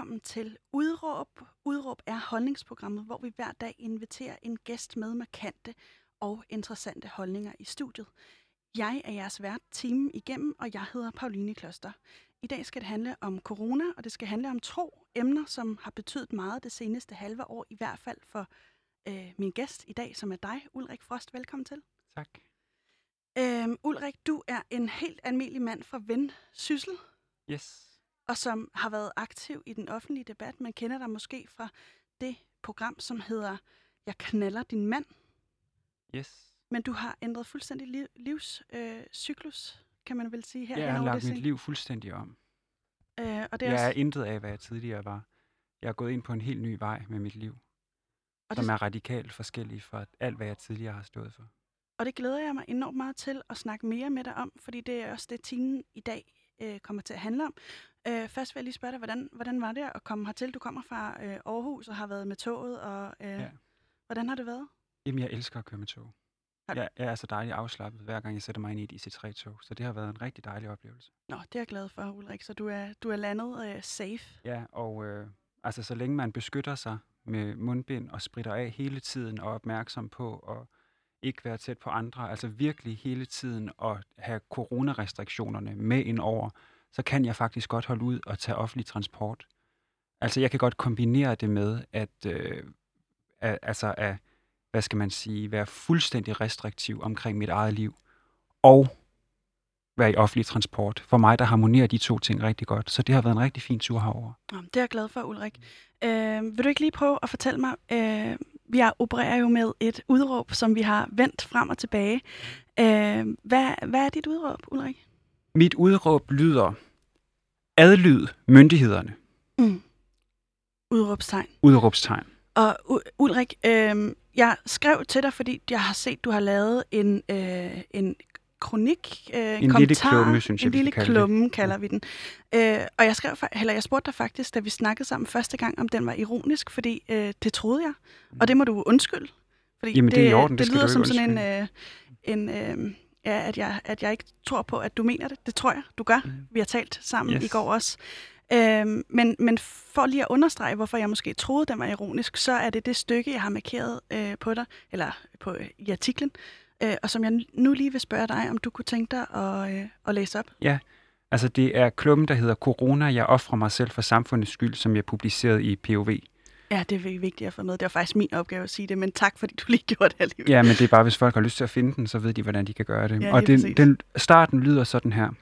velkommen til Udråb. Udråb er holdningsprogrammet, hvor vi hver dag inviterer en gæst med markante og interessante holdninger i studiet. Jeg er jeres vært timen igennem, og jeg hedder Pauline Kloster. I dag skal det handle om corona, og det skal handle om 2 emner, som har betydet meget det seneste halve år, i hvert fald for min gæst i dag, som er dig, Ulrik Frost. Velkommen til. Tak. Ulrik, du er en helt almindelig mand fra Vendsyssel, Yes. og som har været aktiv i den offentlige debat. Man kender dig måske fra det program, som hedder Jeg knaller din mand. Yes. Men du har ændret fuldstændig livscyklus, kan man vel sige her. Jeg har lagt mit liv fuldstændig om. Og det er Jeg også, er intet af, hvad jeg tidligere var. Jeg er gået ind på en helt ny vej med mit liv, og som det, er radikalt forskellig fra alt, hvad jeg tidligere har stået for. og det glæder jeg mig enormt meget til at snakke mere med dig om, fordi det er også det, timen i dag kommer til at handle om. Først vil jeg lige spørge dig, hvordan var det at komme hertil? Du kommer fra Aarhus og har været med toget, og Ja. hvordan har det været? Jamen, jeg elsker at køre med tog. Jeg er så dejligt afslappet, hver gang jeg sætter mig ind i et IC3-tog. Så det har været en rigtig dejlig oplevelse. Nå, det er jeg glad for, Ulrik. Så du er landet safe. Ja, og altså så længe man beskytter sig med mundbind og spritter af hele tiden og er opmærksom på at ikke være tæt på andre, altså virkelig hele tiden at have coronarestriktionerne med ind over, så kan jeg faktisk godt holde ud og tage offentlig transport. Altså jeg kan godt kombinere det med at hvad skal man sige, være fuldstændig restriktiv omkring mit eget liv og være i offentlig transport. For mig, der harmonerer de 2 ting rigtig godt. Så det har været en rigtig fin tur herover. Nå, det er jeg glad for, Ulrik. Vil du ikke lige prøve at fortælle mig, vi opererer jo med et udråb, som vi har vendt frem og tilbage. Hvad er dit udråb, Ulrik? Mit udråb lyder, adlyd myndighederne. Udråbstegn. Udråbstegn. Og Ulrik, jeg skrev til dig, fordi jeg har set, du har lavet en kronik, En kommentar, lille klumme, synes jeg, en vi lille skal kalde det. klumme, kalder vi den. Og jeg spurgte dig faktisk, da vi snakkede sammen første gang, om den var ironisk, fordi det troede jeg. Og det må du undskylde. Fordi Jamen, det er i orden, det skal lyder du som ikke sådan at jeg ikke tror på, at du mener det. Det tror jeg, du gør. Vi har talt sammen i går også. Men for lige at understrege, hvorfor jeg måske troede, den var ironisk, så er det stykke, jeg har markeret på dig, eller i artiklen, og som jeg nu lige vil spørge dig, om du kunne tænke dig at læse op. Ja, altså det er klummen, der hedder Corona, jeg offrer mig selv for samfundets skyld, som jeg publicerede i POV. Ja, det er vigtigt at få med. Det var faktisk min opgave at sige det, men tak, fordi du lige gjorde det alligevel. Ja, men det er bare, hvis folk har lyst til at finde den, så ved de, hvordan de kan gøre det. Ja, og starten lyder sådan her.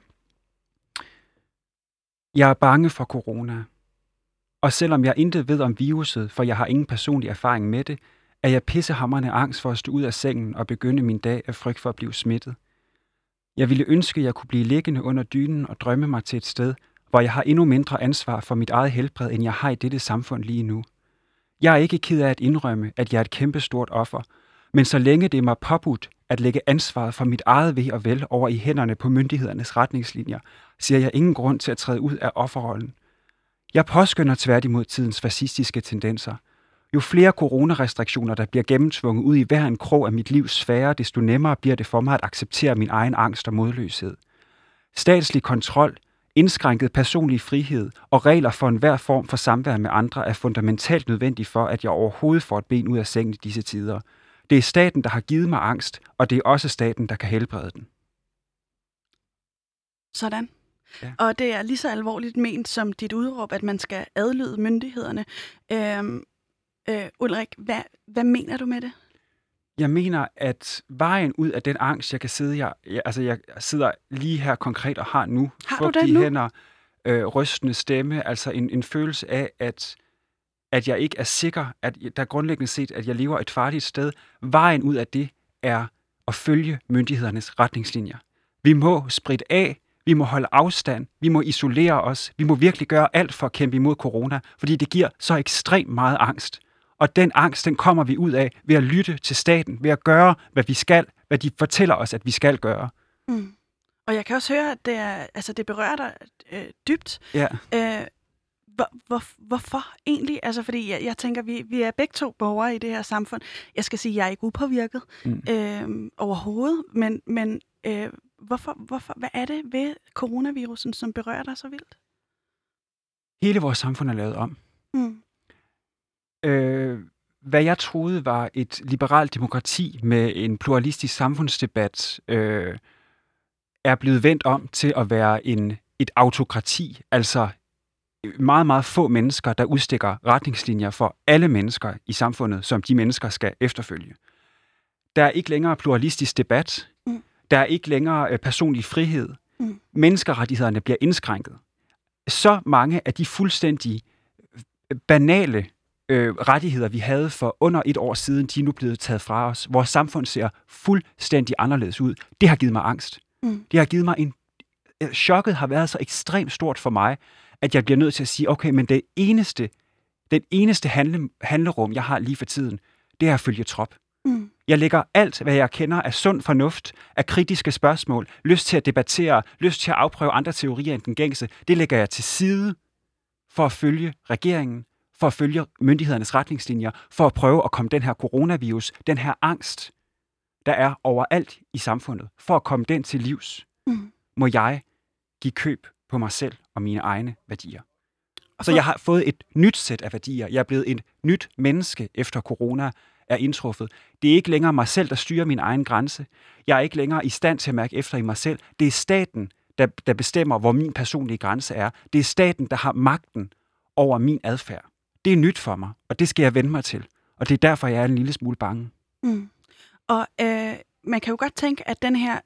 Jeg er bange for corona. Og selvom jeg intet ved om viruset, for jeg har ingen personlig erfaring med det, er jeg pissehamrende angst for at stå ud af sengen og begynde min dag af frygt for at blive smittet. Jeg ville ønske, at jeg kunne blive liggende under dynen og drømme mig til et sted, hvor jeg har endnu mindre ansvar for mit eget helbred, end jeg har i dette samfund lige nu. Jeg er ikke ked af at indrømme, at jeg er et kæmpestort offer, men så længe det er mig påbudt at lægge ansvaret for mit eget ve og vel over i hænderne på myndighedernes retningslinjer, ser jeg ingen grund til at træde ud af offerrollen. Jeg påskynder tværtimod tidens fascistiske tendenser. Jo flere coronarestriktioner, der bliver gennemtvunget ud i hver en krog af mit livs sfære, desto nemmere bliver det for mig at acceptere min egen angst og modløshed. Statslig kontrol, indskrænket personlig frihed og regler for enhver form for samvær med andre er fundamentalt nødvendigt for, at jeg overhovedet får et ben ud af sengen i disse tider. Det er staten, der har givet mig angst, og det er også staten, der kan helbrede den. Sådan. Ja. Og det er lige så alvorligt ment som dit udråb, at man skal adlyde myndighederne. Ulrik, hvad mener du med det? Jeg mener, at vejen ud af den angst, jeg kan sidde jeg sidder lige her konkret og har nu, fugtige hænder, rystende stemme, altså en følelse af, at jeg ikke er sikker, at der grundlæggende set, at jeg lever et farligt sted. Vejen ud af det er at følge myndighedernes retningslinjer. Vi må spritte af, vi må holde afstand, vi må isolere os, vi må virkelig gøre alt for at kæmpe imod corona, fordi det giver så ekstremt meget angst. Og den angst, den kommer vi ud af ved at lytte til staten, ved at gøre, hvad vi skal, hvad de fortæller os, at vi skal gøre. Mm. Og jeg kan også høre, at det berører dig dybt. Ja. Hvorfor egentlig? Altså, fordi jeg tænker, vi er begge 2 borgere i det her samfund. Jeg skal sige, at jeg er ikke upåvirket overhovedet, men hvorfor? Hvad er det ved coronavirusen, som berører dig så vildt? Hele vores samfund er lavet om. Mm. Hvad jeg troede var et liberalt demokrati med en pluralistisk samfundsdebat, er blevet vendt om til at være et autokrati, altså meget, meget få mennesker, der udstikker retningslinjer for alle mennesker i samfundet, som de mennesker skal efterfølge. Der er ikke længere pluralistisk debat. Mm. Der er ikke længere personlig frihed. Mm. Menneskerettighederne bliver indskrænket. Så mange af de fuldstændig banale rettigheder, vi havde for under et år siden, de er nu blevet taget fra os. Vores samfund ser fuldstændig anderledes ud. Det har givet mig angst. Mm. Det har givet mig chokket har været så ekstremt stort for mig, at jeg bliver nødt til at sige, okay, men den eneste handlerum, jeg har lige for tiden, det er at følge trop. Mm. Jeg lægger alt, hvad jeg kender af sund fornuft, af kritiske spørgsmål, lyst til at debattere, lyst til at afprøve andre teorier end den gængse, det lægger jeg til side for at følge regeringen, for at følge myndighedernes retningslinjer, for at prøve at komme den her coronavirus, den her angst, der er overalt i samfundet, for at komme den til livs, må jeg give køb på mig selv og mine egne værdier. Så jeg har fået et nyt sæt af værdier. Jeg er blevet et nyt menneske efter corona er indtruffet. Det er ikke længere mig selv, der styrer min egen grænse. Jeg er ikke længere i stand til at mærke efter i mig selv. Det er staten, der bestemmer, hvor min personlige grænse er. Det er staten, der har magten over min adfærd. Det er nyt for mig, og det skal jeg vende mig til. Og det er derfor, jeg er en lille smule bange. Mm. Og man kan jo godt tænke, at den her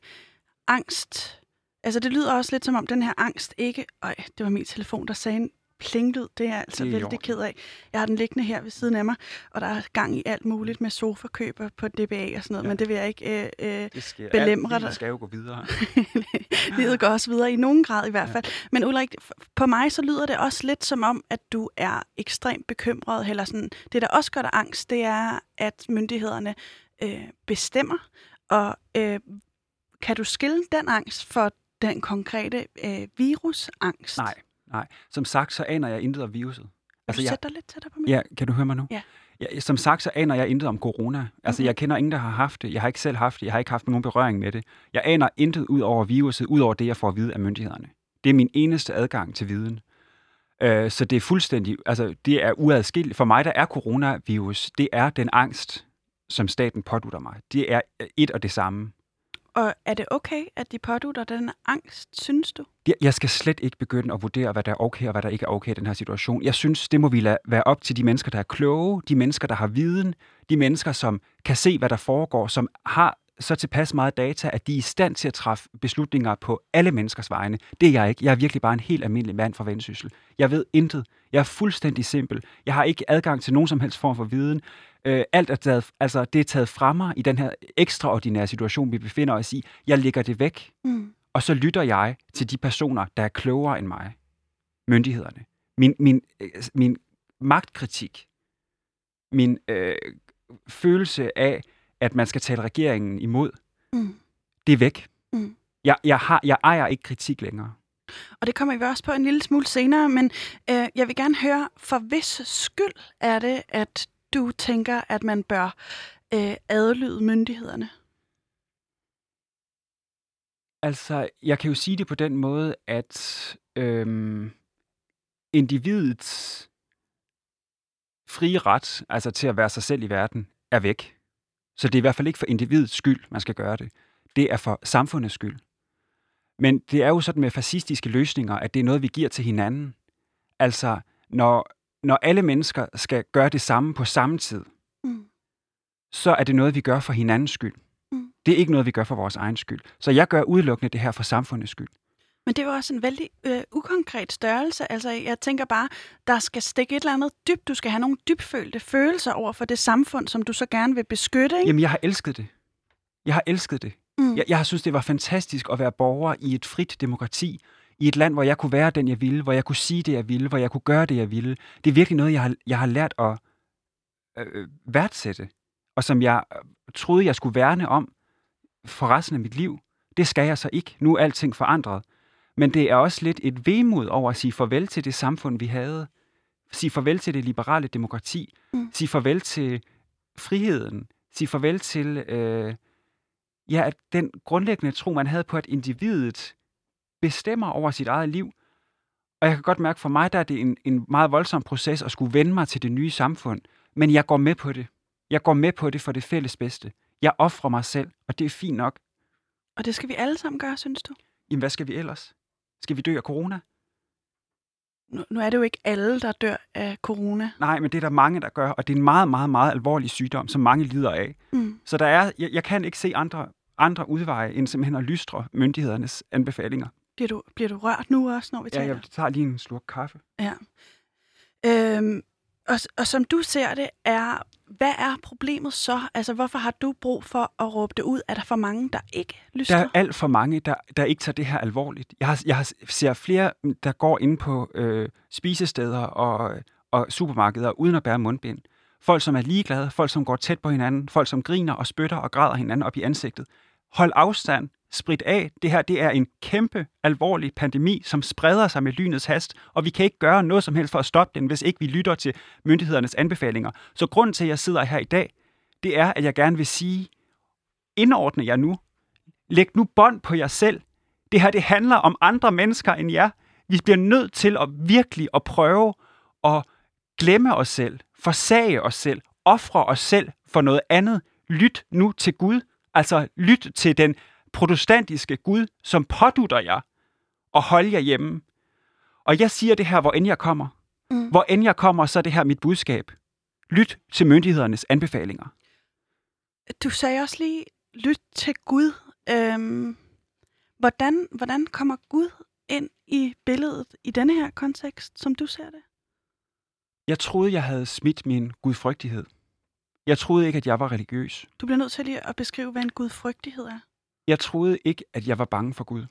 angst, altså det lyder også lidt som om den her angst ikke, det var min telefon, der sagde en plinglyd, det er jeg altså vældig ked af. Jeg har den liggende her ved siden af mig, og der er gang i alt muligt med sofakøber på DBA og sådan noget, men det vil jeg ikke belemre dig. Det skal jo gå videre. Livet går også videre, i nogen grad i hvert fald. Men Ulrik, på mig så lyder det også lidt som om, at du er ekstremt bekymret, eller sådan, det der også gør dig angst, det er, at myndighederne bestemmer, og kan du skille den angst for den konkrete virusangst? Nej. Som sagt, så aner jeg intet om viruset. Altså, du sætter dig lidt tættere på mig? Ja, kan du høre mig nu? Ja. Som sagt, så aner jeg intet om corona. Altså, jeg kender ingen, der har haft det. Jeg har ikke selv haft det. Jeg har ikke haft nogen berøring med det. Jeg aner intet ud over viruset, ud over det, jeg får at vide af myndighederne. Det er min eneste adgang til viden. Så det er fuldstændig, altså, det er uadskilleligt. For mig, der er coronavirus, det er den angst, som staten pådutter mig. Det er et og det samme. Og er det okay, at de pådutter den angst, synes du? Jeg skal slet ikke begynde at vurdere, hvad der er okay og hvad der ikke er okay i den her situation. Jeg synes, det må vi lade være op til de mennesker, der er kloge, de mennesker, der har viden, de mennesker, som kan se, hvad der foregår, som har så tilpas meget data, at de er i stand til at træffe beslutninger på alle menneskers vegne. Det er jeg ikke. Jeg er virkelig bare en helt almindelig mand fra Vendsyssel. Jeg ved intet. Jeg er fuldstændig simpel. Jeg har ikke adgang til nogen som helst form for viden. Alt er taget, altså det er taget fra mig i den her ekstraordinære situation, vi befinder os i. Jeg lægger det væk, og så lytter jeg til de personer, der er klogere end mig. Myndighederne. Min magtkritik. Min følelse af, at man skal tale regeringen imod, det er væk. Jeg ejer ikke kritik længere. Og det kommer vi også på en lille smule senere, men jeg vil gerne høre, for hvis skyld er det, at du tænker, at man bør adlyde myndighederne? Altså, jeg kan jo sige det på den måde, at individets frie ret, altså til at være sig selv i verden, er væk. Så det er i hvert fald ikke for individets skyld, man skal gøre det. Det er for samfundets skyld. Men det er jo sådan med fascistiske løsninger, at det er noget, vi giver til hinanden. Altså, når alle mennesker skal gøre det samme på samme tid, så er det noget, vi gør for hinandens skyld. Det er ikke noget, vi gør for vores egen skyld. Så jeg gør udelukkende det her for samfundets skyld. Men det er jo også en vældig ukonkret størrelse. Altså, jeg tænker bare, der skal stikke et eller andet dybt. Du skal have nogle dybfølte følelser over for det samfund, som du så gerne vil beskytte, ikke? Jamen, jeg har elsket det. Jeg har synes, det var fantastisk at være borger i et frit demokrati, i et land, hvor jeg kunne være den, jeg ville, hvor jeg kunne sige det, jeg ville, hvor jeg kunne gøre det, jeg ville. Det er virkelig noget, jeg har lært at værdsætte, og som jeg troede, jeg skulle værne om for resten af mit liv. Det skal jeg så ikke. Nu er alting forandret. Men det er også lidt et vemod over at sige farvel til det samfund, vi havde. Sige farvel til det liberale demokrati. Sige farvel til friheden. Sige farvel til at den grundlæggende tro, man havde på, at individet bestemmer over sit eget liv. Og jeg kan godt mærke, for mig der er det en meget voldsom proces at skulle vende mig til det nye samfund. Men jeg går med på det. Jeg går med på det for det fælles bedste. Jeg ofrer mig selv, og det er fint nok. Og det skal vi alle sammen gøre, synes du? Jamen, hvad skal vi ellers? Skal vi dø af corona? Nu er det jo ikke alle, der dør af corona. Nej, men det er der mange, der gør, og det er en meget, meget, meget alvorlig sygdom, som mange lider af. Så jeg kan ikke se andre udveje, end simpelthen at lystre myndighedernes anbefalinger. Bliver du rørt nu også, når vi taler? Ja, jeg tager lige en slurk kaffe. Ja. Og som du ser det, hvad er problemet så? Altså, hvorfor har du brug for at råbe det ud? Er der for mange, der ikke lystrer? Der er alt for mange, der ikke tager det her alvorligt. Jeg ser flere, der går ind på spisesteder og supermarkeder uden at bære mundbind. Folk, som er ligeglade, folk, som går tæt på hinanden, folk, som griner og spytter og græder hinanden op i ansigtet. Hold afstand. Sprit af. Det her, det er en kæmpe, alvorlig pandemi, som spreder sig med lynets hast, og vi kan ikke gøre noget som helst for at stoppe den, hvis ikke vi lytter til myndighedernes anbefalinger. Så grunden til, at jeg sidder her i dag, det er, at jeg gerne vil sige, indordne jer nu. Læg nu bånd på jer selv. Det her, det handler om andre mennesker end jer. Vi bliver nødt til at virkelig at prøve at glemme os selv, forsage os selv, ofre os selv for noget andet. Lyt nu til Gud. Altså lyt til den protestantiske Gud, som pådutter jer og holde jer hjemme. Og jeg siger det her, hvor end jeg kommer. Hvor end jeg kommer, så er det her mit budskab. Lyt til myndighedernes anbefalinger. Du sagde også lige, lyt til Gud. Hvordan kommer Gud ind i billedet i denne her kontekst, som du ser det? Jeg troede, jeg havde smidt min gudfrygtighed. Jeg troede ikke, at jeg var religiøs. Du bliver nødt til lige at beskrive, hvad en gudfrygtighed er. Jeg troede ikke, at jeg var bange for Gud.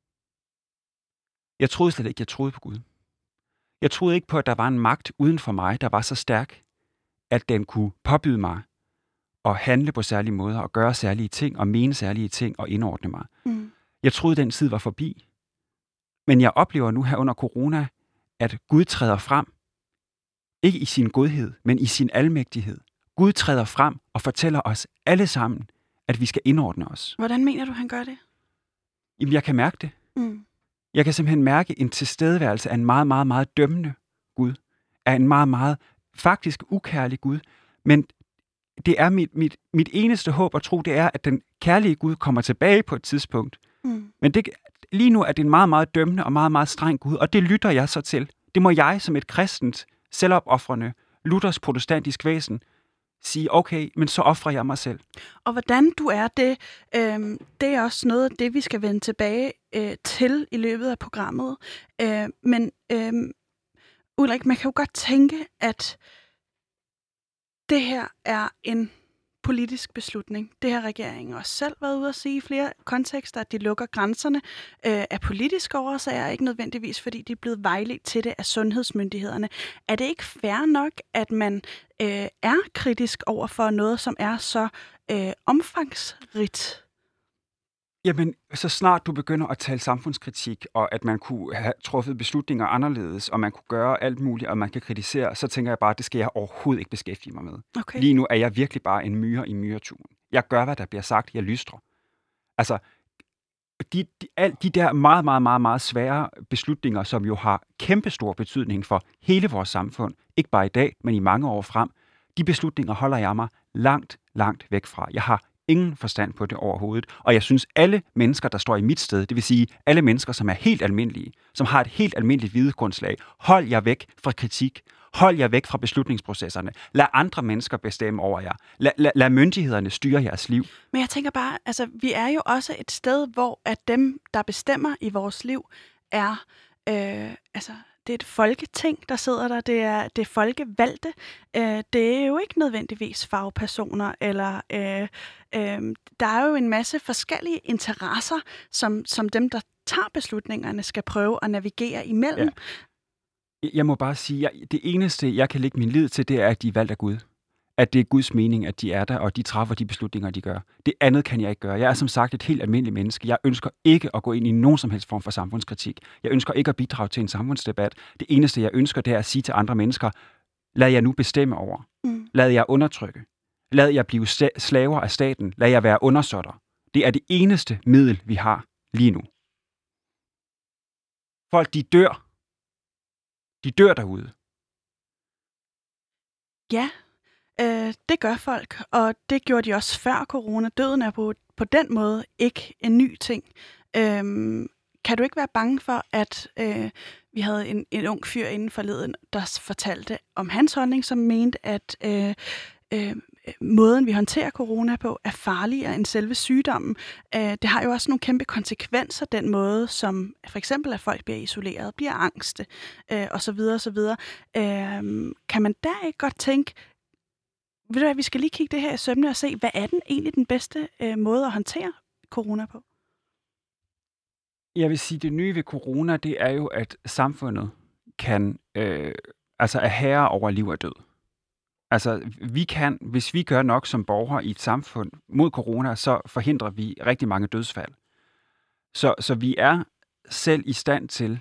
Jeg troede slet ikke, jeg troede på Gud. Jeg troede ikke på, at der var en magt uden for mig, der var så stærk, at den kunne påbyde mig at handle på særlige måder, og gøre særlige ting, og mene særlige ting, og indordne mig. Jeg troede, den tid var forbi. Men jeg oplever nu her under corona, at Gud træder frem. Ikke i sin godhed, men i sin almægtighed. Gud træder frem og fortæller os alle sammen, at vi skal indordne os. Hvordan mener du, han gør det? Jamen, jeg kan mærke det. Jeg kan simpelthen mærke en tilstedeværelse af en meget, meget, meget dømmende Gud. Af en meget, meget faktisk ukærlig Gud. Men det er mit eneste håb og tro, det er, at den kærlige Gud kommer tilbage på et tidspunkt. Men lige nu er det en meget, meget dømmende og meget, meget streng Gud, og det lytter jeg så til. Det må jeg som et kristent, selvopoffrende, luthersk protestantisk væsen sige, okay, men så offrer jeg mig selv. Og hvordan du er det, det er også noget af det, vi skal vende tilbage til i løbet af programmet. Men Ulrik, man kan jo godt tænke, at det her er en politisk beslutning. Det har regeringen også selv været ude at sige i flere kontekster, at de lukker grænserne af politiske årsager, ikke nødvendigvis, fordi de er blevet vejledt til det af sundhedsmyndighederne. Er det ikke fair nok, at man er kritisk over for noget, som er så omfangsrigt? Jamen, så snart du begynder at tale samfundskritik, og at man kunne have truffet beslutninger anderledes, og man kunne gøre alt muligt, og man kan kritisere, så tænker jeg bare, at det skal jeg overhovedet ikke beskæftige mig med. Okay. Lige nu er jeg virkelig bare en myre i myreturen. Jeg gør, hvad der bliver sagt. Jeg lystrer. Altså, de der meget, meget, meget, meget svære beslutninger, som jo har kæmpestor betydning for hele vores samfund, ikke bare i dag, men i mange år frem, de beslutninger holder jeg mig langt, langt væk fra. Jeg har ingen forstand på det overhovedet. Og jeg synes, alle mennesker, der står i mit sted, det vil sige alle mennesker, som er helt almindelige, som har et helt almindeligt videngrundslag, hold jer væk fra kritik. Hold jer væk fra beslutningsprocesserne. Lad andre mennesker bestemme over jer. Lad myndighederne styre jeres liv. Men jeg tænker bare, altså, vi er jo også et sted, hvor at dem, der bestemmer i vores liv, er det er et folketing, der sidder der. Det er folkevalgte. Det er jo ikke nødvendigvis fagpersoner, eller der er jo en masse forskellige interesser, som dem, der tager beslutningerne, skal prøve at navigere imellem. Ja. Jeg må bare sige, det eneste, jeg kan lægge min lid til, det er, at de er valgt af Gud. At det er Guds mening, at de er der, og de træffer de beslutninger, de gør. Det andet kan jeg ikke gøre. Jeg er som sagt et helt almindeligt menneske. Jeg ønsker ikke at gå ind i nogen som helst form for samfundskritik. Jeg ønsker ikke at bidrage til en samfundsdebat. Det eneste, jeg ønsker, det er at sige til andre mennesker, lad jer nu bestemme over. Lad jer undertrykke. Lad jer blive slaver af staten. Lad jer være undersåtter. Det er det eneste middel, vi har lige nu. Folk, de dør De dør derude. Ja, det gør folk, og det gjorde de også før corona. Døden er på den måde ikke en ny ting. Kan du ikke være bange for, at vi havde en ung fyr inden forleden, der fortalte om hans holdning, som mente, at måden, vi håndterer corona på, er farligere end selve sygdommen. Det har jo også nogle kæmpe konsekvenser, den måde, som for eksempel, at folk bliver isoleret, bliver angste, osv. osv. Kan man der ikke godt tænke, ved du hvad, vi skal lige kigge det her i sømne og se, hvad er den bedste måde at håndtere corona på? Jeg vil sige, det nye ved corona, det er jo, at samfundet kan er herre over liv og død. Altså, hvis vi gør nok som borgere i et samfund mod corona, så forhindrer vi rigtig mange dødsfald. Så vi er selv i stand til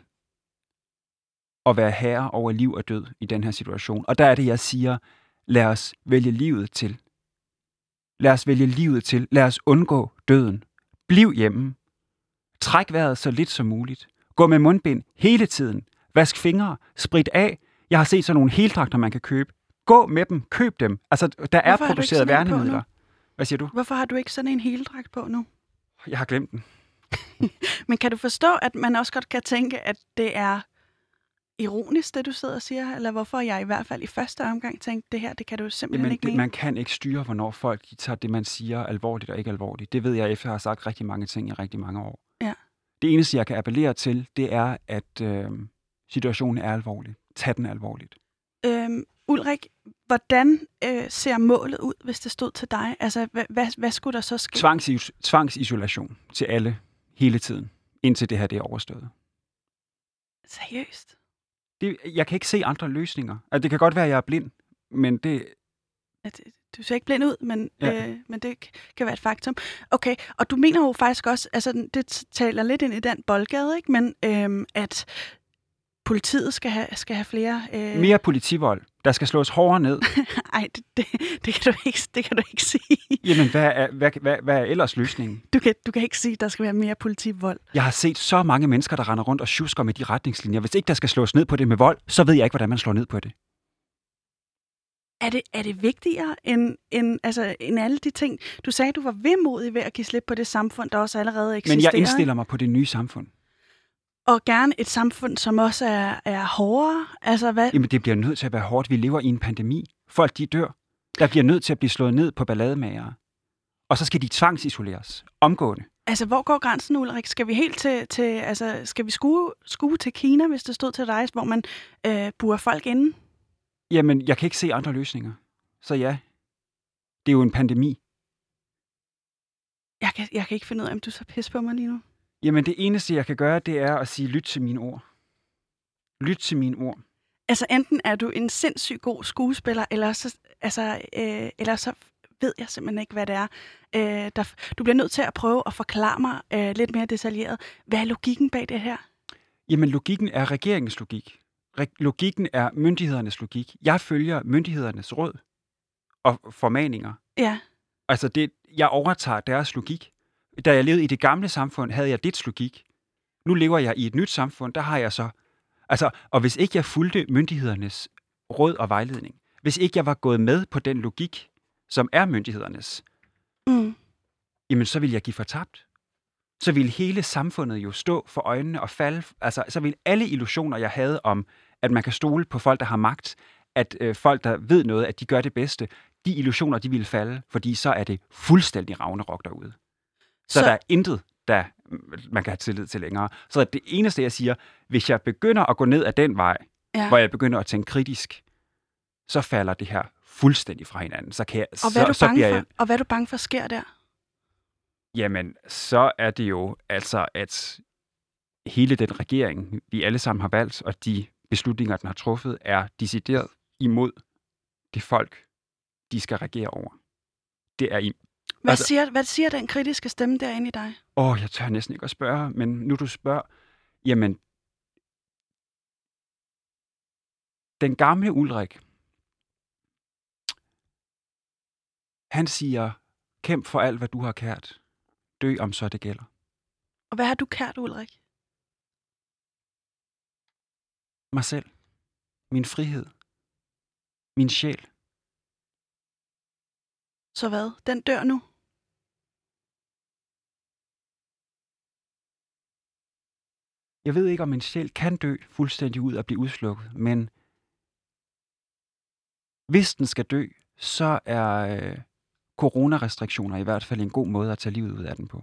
at være herre over liv og død i den her situation. Og der er det, jeg siger, lad os vælge livet til. Lad os vælge livet til. Lad os undgå døden. Bliv hjemme. Træk vejret så lidt som muligt. Gå med mundbind hele tiden. Vask fingre. Sprit af. Jeg har set sådan nogle heldragter, man kan købe. Gå med dem. Køb dem. Altså, der er produceret værnemidler. Hvad siger du? Hvorfor har du ikke sådan en heldragt på nu? Jeg har glemt den. Men kan du forstå, at man også godt kan tænke, at det er ironisk, det du sidder og siger? Eller hvorfor jeg i hvert fald i første omgang tænkte, det her, det kan du simpelthen ikke mene? Man kan ikke styre, hvornår folk tager det, man siger, alvorligt og ikke alvorligt. Det ved jeg, efter at have sagt rigtig mange ting i rigtig mange år. Ja. Det eneste, jeg kan appellere til, det er, at situationen er alvorlig. Tag den alvorligt. Ulrik, hvordan ser målet ud, hvis det stod til dig? Altså, hvad skulle der så ske? Tvangsisolation til alle, hele tiden, indtil det her det er overstået. Seriøst? Jeg kan ikke se andre løsninger. Altså, det kan godt være, at jeg er blind, men det... Du ser ikke blind ud, men det kan være et faktum. Okay, og du mener jo faktisk også, altså det taler lidt ind i den boldgade, ikke? Men at politiet skal have flere... Mere politivold. Der skal slås hårdere ned. Ej, det kan du ikke sige. Jamen, hvad er ellers løsningen? Du kan ikke sige, at der skal være mere politivold. Jeg har set så mange mennesker, der render rundt og sjusker med de retningslinjer. Hvis ikke der skal slås ned på det med vold, så ved jeg ikke, hvordan man slår ned på det. Er det vigtigere end alle de ting? Du sagde, du var vemodig ved at give slip på det samfund, der også allerede eksisterer. Men jeg indstiller mig på det nye samfund. Og gerne et samfund, som også er hårdere? Altså, hvad? Jamen, det bliver nødt til at være hårdt. Vi lever i en pandemi. Folk, de dør. Der bliver nødt til at blive slået ned på ballademagere. Og så skal de tvangsisoleres. Omgående. Altså, hvor går grænsen, Ulrik? Skal vi helt skal vi skue til Kina, hvis det stod til dig, hvor man burer folk inde? Jamen, jeg kan ikke se andre løsninger. Så ja, det er jo en pandemi. Jeg kan ikke finde ud af, om du så pisse på mig lige nu. Jamen, det eneste, jeg kan gøre, det er at sige, lyt til mine ord. Lyt til mine ord. Altså, enten er du en sindssygt god skuespiller, eller så ved jeg simpelthen ikke, hvad det er. Du bliver nødt til at prøve at forklare mig lidt mere detaljeret. Hvad er logikken bag det her? Jamen, logikken er regeringens logik. Logikken er myndighedernes logik. Jeg følger myndighedernes råd og formaninger. Ja. Altså, jeg overtager deres logik. Da jeg levede i det gamle samfund, havde jeg dets logik. Nu lever jeg i et nyt samfund, der har jeg så... Altså, og hvis ikke jeg fulgte myndighedernes råd og vejledning, hvis ikke jeg var gået med på den logik, som er myndighedernes, jamen så ville jeg give fortabt. Så ville hele samfundet jo stå for øjnene og falde. Altså, så ville alle illusioner, jeg havde om, at man kan stole på folk, der har magt, at folk, der ved noget, at de gør det bedste, de illusioner, de ville falde, fordi så er det fuldstændig ragnarok derude. Så der er intet, der man kan have tillid til længere. Så det eneste, jeg siger, hvis jeg begynder at gå ned ad den vej, hvor jeg begynder at tænke kritisk, så falder det her fuldstændig fra hinanden. Så kan jeg, og hvad er du bange for sker der? Jamen, så er det jo altså, at hele den regering, vi alle sammen har valgt, og de beslutninger, den har truffet, er decideret imod det folk, de skal regere over. Det er Hvad siger den kritiske stemme derinde i dig? Jeg tør næsten ikke at spørge, men nu du spørger, jamen, den gamle Ulrik, han siger, kæmp for alt, hvad du har kært. Dø, om så det gælder. Og hvad har du kært, Ulrik? Mig selv. Min frihed. Min sjæl. Så hvad? Den dør nu? Jeg ved ikke, om min sjæl kan dø fuldstændig ud og blive udslukket, men hvis den skal dø, så er coronarestriktioner i hvert fald en god måde at tage livet ud af den på.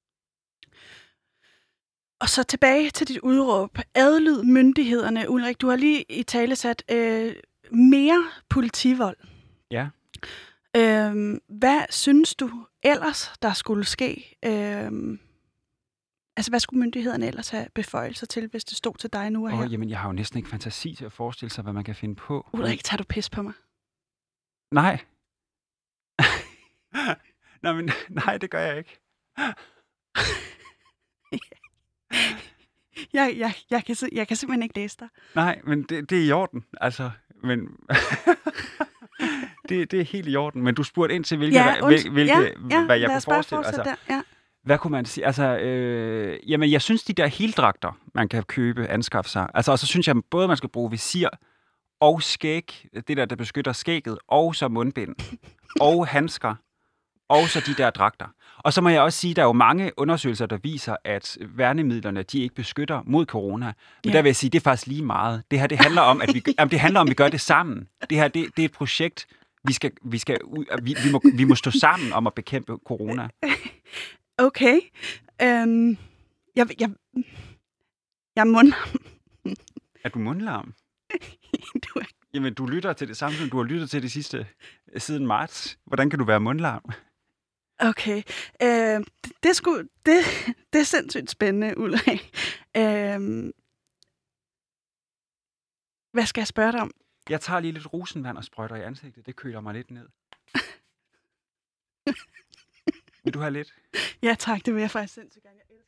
Og så tilbage til dit udråb. Adlyd myndighederne. Ulrik, du har lige i tale sat mere politivold. Ja. Hvad synes du ellers, der skulle ske? Altså, hvad skulle myndighederne ellers have beføjelser til, hvis det stod til dig nu og her? Jamen, jeg har jo næsten ikke fantasi til at forestille sig, hvad man kan finde på. Ulrik, tager du pis på mig? Nej. Nej, det gør jeg ikke. Jeg kan simpelthen ikke læse dig. Nej, men det er i orden. Altså, men det er helt i orden. Men du spurgte ind til, hvad jeg kunne forestille. Altså, hvad kunne man sige? Altså, jamen, jeg synes, de der heldragter, man kan købe, anskaffe sig. Altså, og så synes jeg, både man skal bruge visir og skæg, det der beskytter skægget, og så mundbind, og handsker, og så de der dragter. Og så må jeg også sige, at der er jo mange undersøgelser, der viser, at værnemidlerne, de ikke beskytter mod corona. Men der vil jeg sige, det er faktisk lige meget. Det her, det handler om, at vi gør det sammen. Det her, det er et projekt, vi må stå sammen om at bekæmpe corona. Okay. Jeg er mundlam. Er du mundlam? Jamen, du lytter til det samme, som du har lyttet til det sidste siden marts. Hvordan kan du være mundlam? Okay. Det er sindssygt spændende, Ulrik. Hvad skal jeg spørge dig om? Jeg tager lige lidt rosenvand og sprøjter i ansigtet. Det køler mig lidt ned. Vil du have lidt? Ja, tak. Det vil jeg faktisk sindssygt gerne. Jeg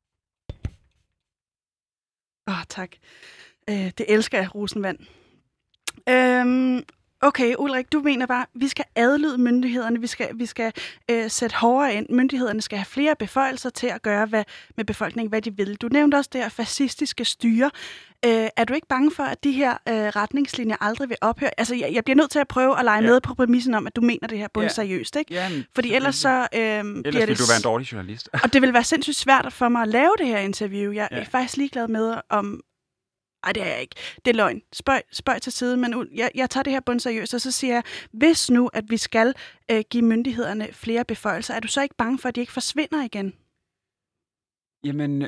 elsker. Tak. Det elsker jeg, rosenvand. Okay, Ulrik, du mener bare, at vi skal adlyde myndighederne, vi skal sætte hårdere ind. Myndighederne skal have flere beføjelser til at gøre med befolkningen, hvad de vil. Du nævnte også det her fascistiske styre. Er du ikke bange for, at de her retningslinjer aldrig vil ophøre? Altså, jeg bliver nødt til at prøve at lege med på præmissen om, at du mener det her bundseriøst, ikke? Ja, fordi ellers så ellers vil du være en dårlig journalist. Og det vil være sindssygt svært for mig at lave det her interview. Jeg er faktisk ligeglad med, om... Ej, det er jeg ikke. Det er løgn. Spøj til side, men jeg tager det her bundseriøst, og så siger jeg, hvis nu, at vi skal give myndighederne flere beføjelser, er du så ikke bange for, at de ikke forsvinder igen? Jamen,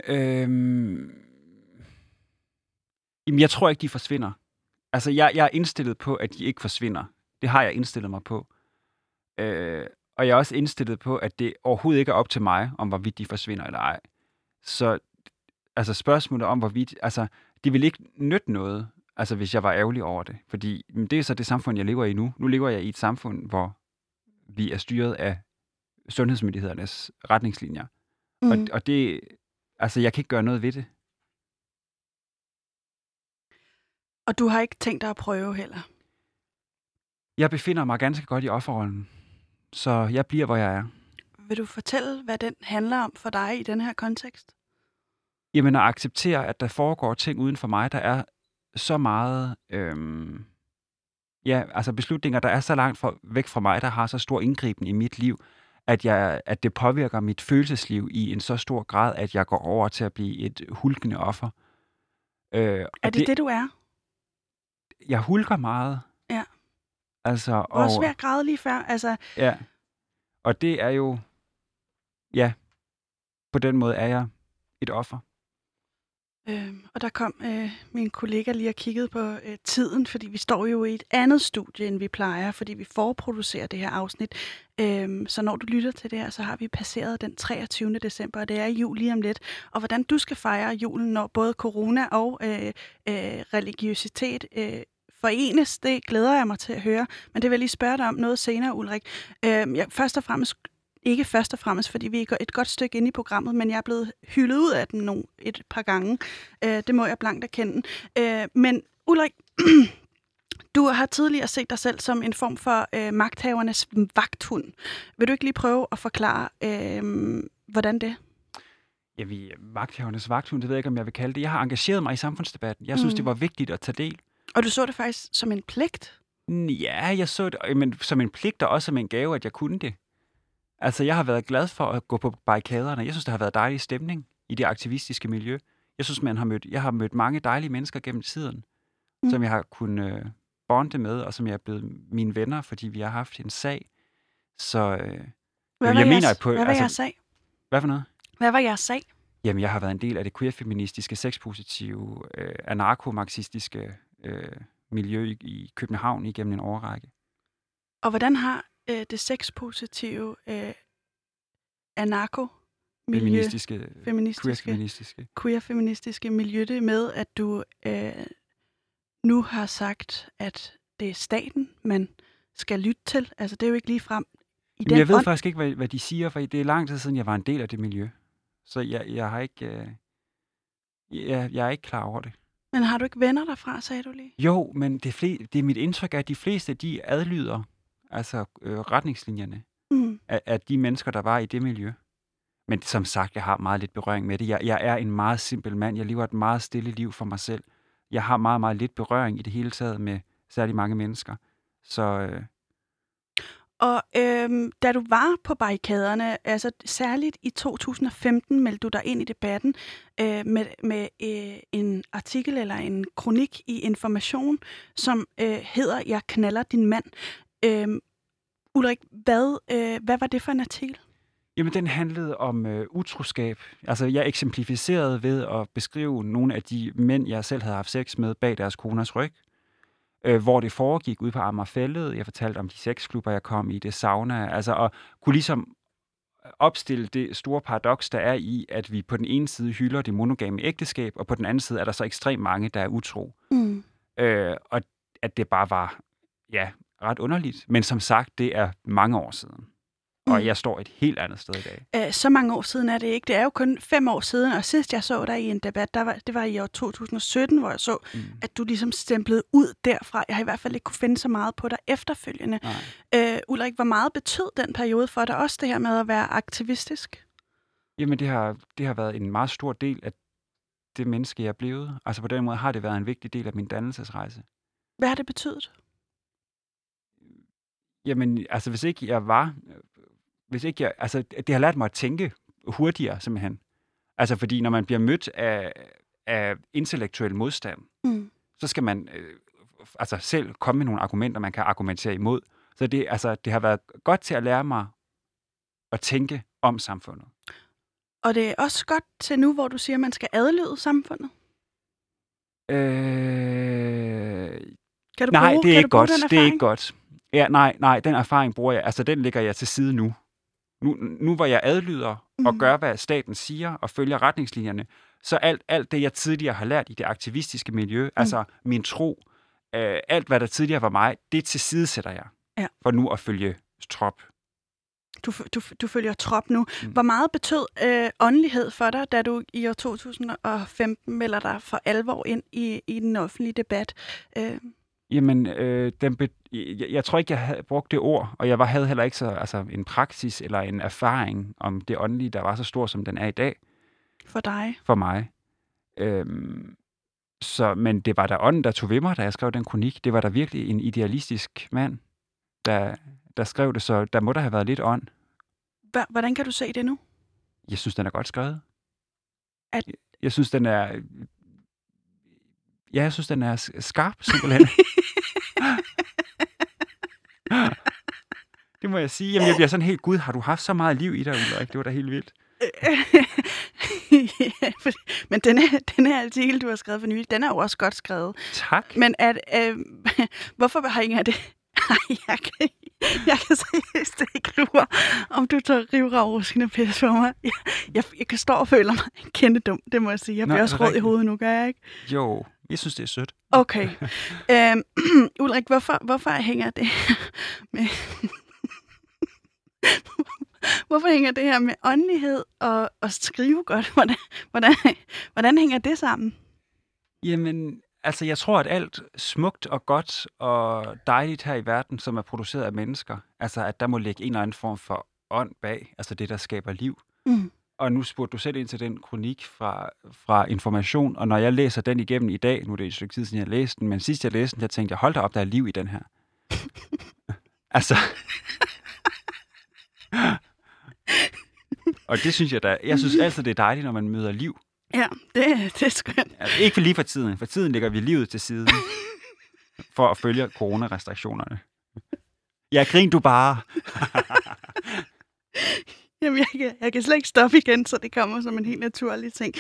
jeg tror ikke, de forsvinder. Altså, jeg er indstillet på, at de ikke forsvinder. Det har jeg indstillet mig på. Og jeg er også indstillet på, at det overhovedet ikke er op til mig, om hvorvidt de forsvinder eller ej. Så altså spørgsmålet om, hvorvidt... Altså, det vil ikke nytte noget, altså hvis jeg var ærgerlig over det. Fordi det er så det samfund, jeg lever i nu. Nu lever jeg i et samfund, hvor vi er styret af sundhedsmyndighedernes retningslinjer. Og det... Altså, jeg kan ikke gøre noget ved det. Og du har ikke tænkt dig at prøve heller? Jeg befinder mig ganske godt i offerrollen. Så jeg bliver, hvor jeg er. Vil du fortælle, hvad den handler om for dig i den her kontekst? Jamen at acceptere, at der foregår ting uden for mig, der er så meget... altså beslutninger, der er så langt væk fra mig, der har så stor indgriben i mit liv, at det påvirker mit følelsesliv i en så stor grad, at jeg går over til at blive et hulkende offer. Er det du er? Jeg hulker meget. Ja. Altså, og også ved at græde lige før. Altså... Ja. Og det er jo... Ja. På den måde er jeg et offer. Og der kom min kollega lige og kiggede på tiden, fordi vi står jo i et andet studie, end vi plejer, fordi vi forproducerer det her afsnit. Så når du lytter til det her, så har vi passeret den 23. december, og det er jul lige om lidt. Og hvordan du skal fejre julen, når både corona og religiøsitet forenes, det glæder jeg mig til at høre. Men det vil jeg lige spørge dig om noget senere, Ulrik. Ikke først og fremmest, fordi vi går et godt stykke ind i programmet, men jeg er blevet hyldet ud af den et par gange. Det må jeg blankt erkende. Men Ulrik, du har tidligere set dig selv som en form for magthavernes vagthund. Vil du ikke lige prøve at forklare, hvordan det? Ja, magthavernes vagthund, det ved jeg ikke, om jeg vil kalde det. Jeg har engageret mig i samfundsdebatten. Jeg synes, det var vigtigt at tage del. Og du så det faktisk som en pligt? Ja, jeg så det men som en pligt og også som en gave, at jeg kunne det. Altså, jeg har været glad for at gå på barrikaderne. Jeg synes, der har været dejlig stemning i det aktivistiske miljø. Jeg synes, jeg har mødt mange dejlige mennesker gennem tiden, som jeg har kunnet bonde med, og som jeg er blevet mine venner, fordi vi har haft en sag. Så Hvad var jeres sag? Hvad for noget? Hvad var jeres sag? Jamen, jeg har været en del af det queer-feministiske, sexpositive, anarkomarxistiske miljø i København igennem en årrække. Og hvordan har det sexpositive anarko-miljø, queer-feministiske miljø det med, at du nu har sagt, at det er staten, man skal lytte til? Altså, det er jo ikke lige frem i den Jeg ved faktisk ikke, hvad de siger, for det er lang tid siden, jeg var en del af det miljø. Så jeg har ikke... jeg er ikke klar over det. Men har du ikke venner derfra, sagde du lige? Jo, men det er mit indtryk, at de fleste, de adlyder altså retningslinjerne af de mennesker, der var i det miljø. Men som sagt, jeg har meget lidt berøring med det. Jeg er en meget simpel mand. Jeg lever et meget stille liv for mig selv. Jeg har meget, meget lidt berøring i det hele taget med særlig mange mennesker. Så... Og da du var på barrikaderne, altså særligt i 2015, meldte du dig ind i debatten med en artikel eller en kronik i Information, som hedder "Jeg knaller din mand". Ulrik, hvad var det for en artikel? Jamen, den handlede om utroskab. Altså, jeg eksemplificerede ved at beskrive nogle af de mænd, jeg selv havde haft sex med bag deres koners ryg. Hvor det foregik ude på Amagerfælled. Jeg fortalte om de sexklubber, jeg kom i, det sauna. Altså, og kunne ligesom opstille det store paradoks, der er i, at vi på den ene side hylder det monogame ægteskab, og på den anden side er der så ekstremt mange, der er utro. Og at det bare var, ret underligt. Men som sagt, det er mange år siden. Og jeg står et helt andet sted i dag. Så mange år siden er det ikke. Det er jo kun 5 år siden, og sidst jeg så dig i en debat, det var i år 2017, hvor jeg så, at du ligesom stemplede ud derfra. Jeg har i hvert fald ikke kunne finde så meget på dig efterfølgende. Ulrik, hvor meget betød den periode for dig også, det her med at være aktivistisk? Jamen, det har været en meget stor del af det menneske, jeg er blevet. Altså på den måde har det været en vigtig del af min dannelsesrejse. Hvad har det betydet? Jamen, altså det har lært mig at tænke hurtigere, simpelthen. Altså, fordi når man bliver mødt af intellektuel modstand, så skal man selv komme med nogle argumenter, man kan argumentere imod. Så det har været godt til at lære mig at tænke om samfundet. Og det er også godt til nu, hvor du siger, at man skal adlyde samfundet? Nej, det er ikke godt. Det er ikke godt. Ja, nej, den erfaring bruger jeg. Altså, den lægger jeg til side nu. Nu hvor jeg adlyder og gør, hvad staten siger, og følger retningslinjerne, så alt det, jeg tidligere har lært i det aktivistiske miljø, altså min tro, alt hvad der tidligere var mig, det tilsidesætter jeg for nu at følge trop. Du følger trop nu. Hvor meget betød åndelighed for dig, da du i år 2015 melder dig for alvor ind i den offentlige debat? Jamen, jeg tror ikke, jeg havde brugt det ord, og jeg havde heller ikke en praksis eller en erfaring om det åndelige, der var så stor, som den er i dag. For dig? For mig. Men det var der ånden, der tog ved mig, da jeg skrev den kronik. Det var der virkelig en idealistisk mand, der skrev det, så der må der have været lidt ånd. Hvordan kan du se det nu? Jeg synes, den er godt skrevet. Jeg synes, den er... Ja, jeg synes, den er skarp, simpelthen. Det må jeg sige. Jamen, jeg bliver sådan helt, Gud, har du haft så meget liv i dig, Ulrik? Det var da helt vildt. Men den her artikel, du har skrevet for nylig, den er jo også godt skrevet. Tak. Men hvorfor har ingen af det? Jeg kan seriøst ikke lure, om du tager rivragruskende pis for mig. Jeg kan stå og føle mig kendedum, det må jeg sige. Jeg bliver også rød i hovedet nu, gør jeg ikke? Jo, jeg synes, det er sødt. Okay. Ulrik, hvorfor hænger det med... Hvorfor hænger det her med åndelighed og skrive godt? Hvordan hænger det sammen? Jamen, altså jeg tror, at alt smukt og godt og dejligt her i verden, som er produceret af mennesker, altså at der må ligge en eller anden form for ånd bag, altså det, der skaber liv. og nu spurgte du selv ind til den kronik fra Information, og når jeg læser den igennem i dag, nu er det et stykke tid siden, jeg læste den, men sidst jeg læste den, jeg tænkte, hold da op, der er liv i den her. Altså... Og det synes jeg da. Jeg synes altid, det er dejligt, når man møder liv. Ja, det er skønt. Altså, ikke for lige for tiden. For tiden lægger vi livet til side for at følge coronarestriktionerne. Ja, grin du bare. Jamen, jeg kan slet ikke stoppe igen, så det kommer som en helt naturlig ting.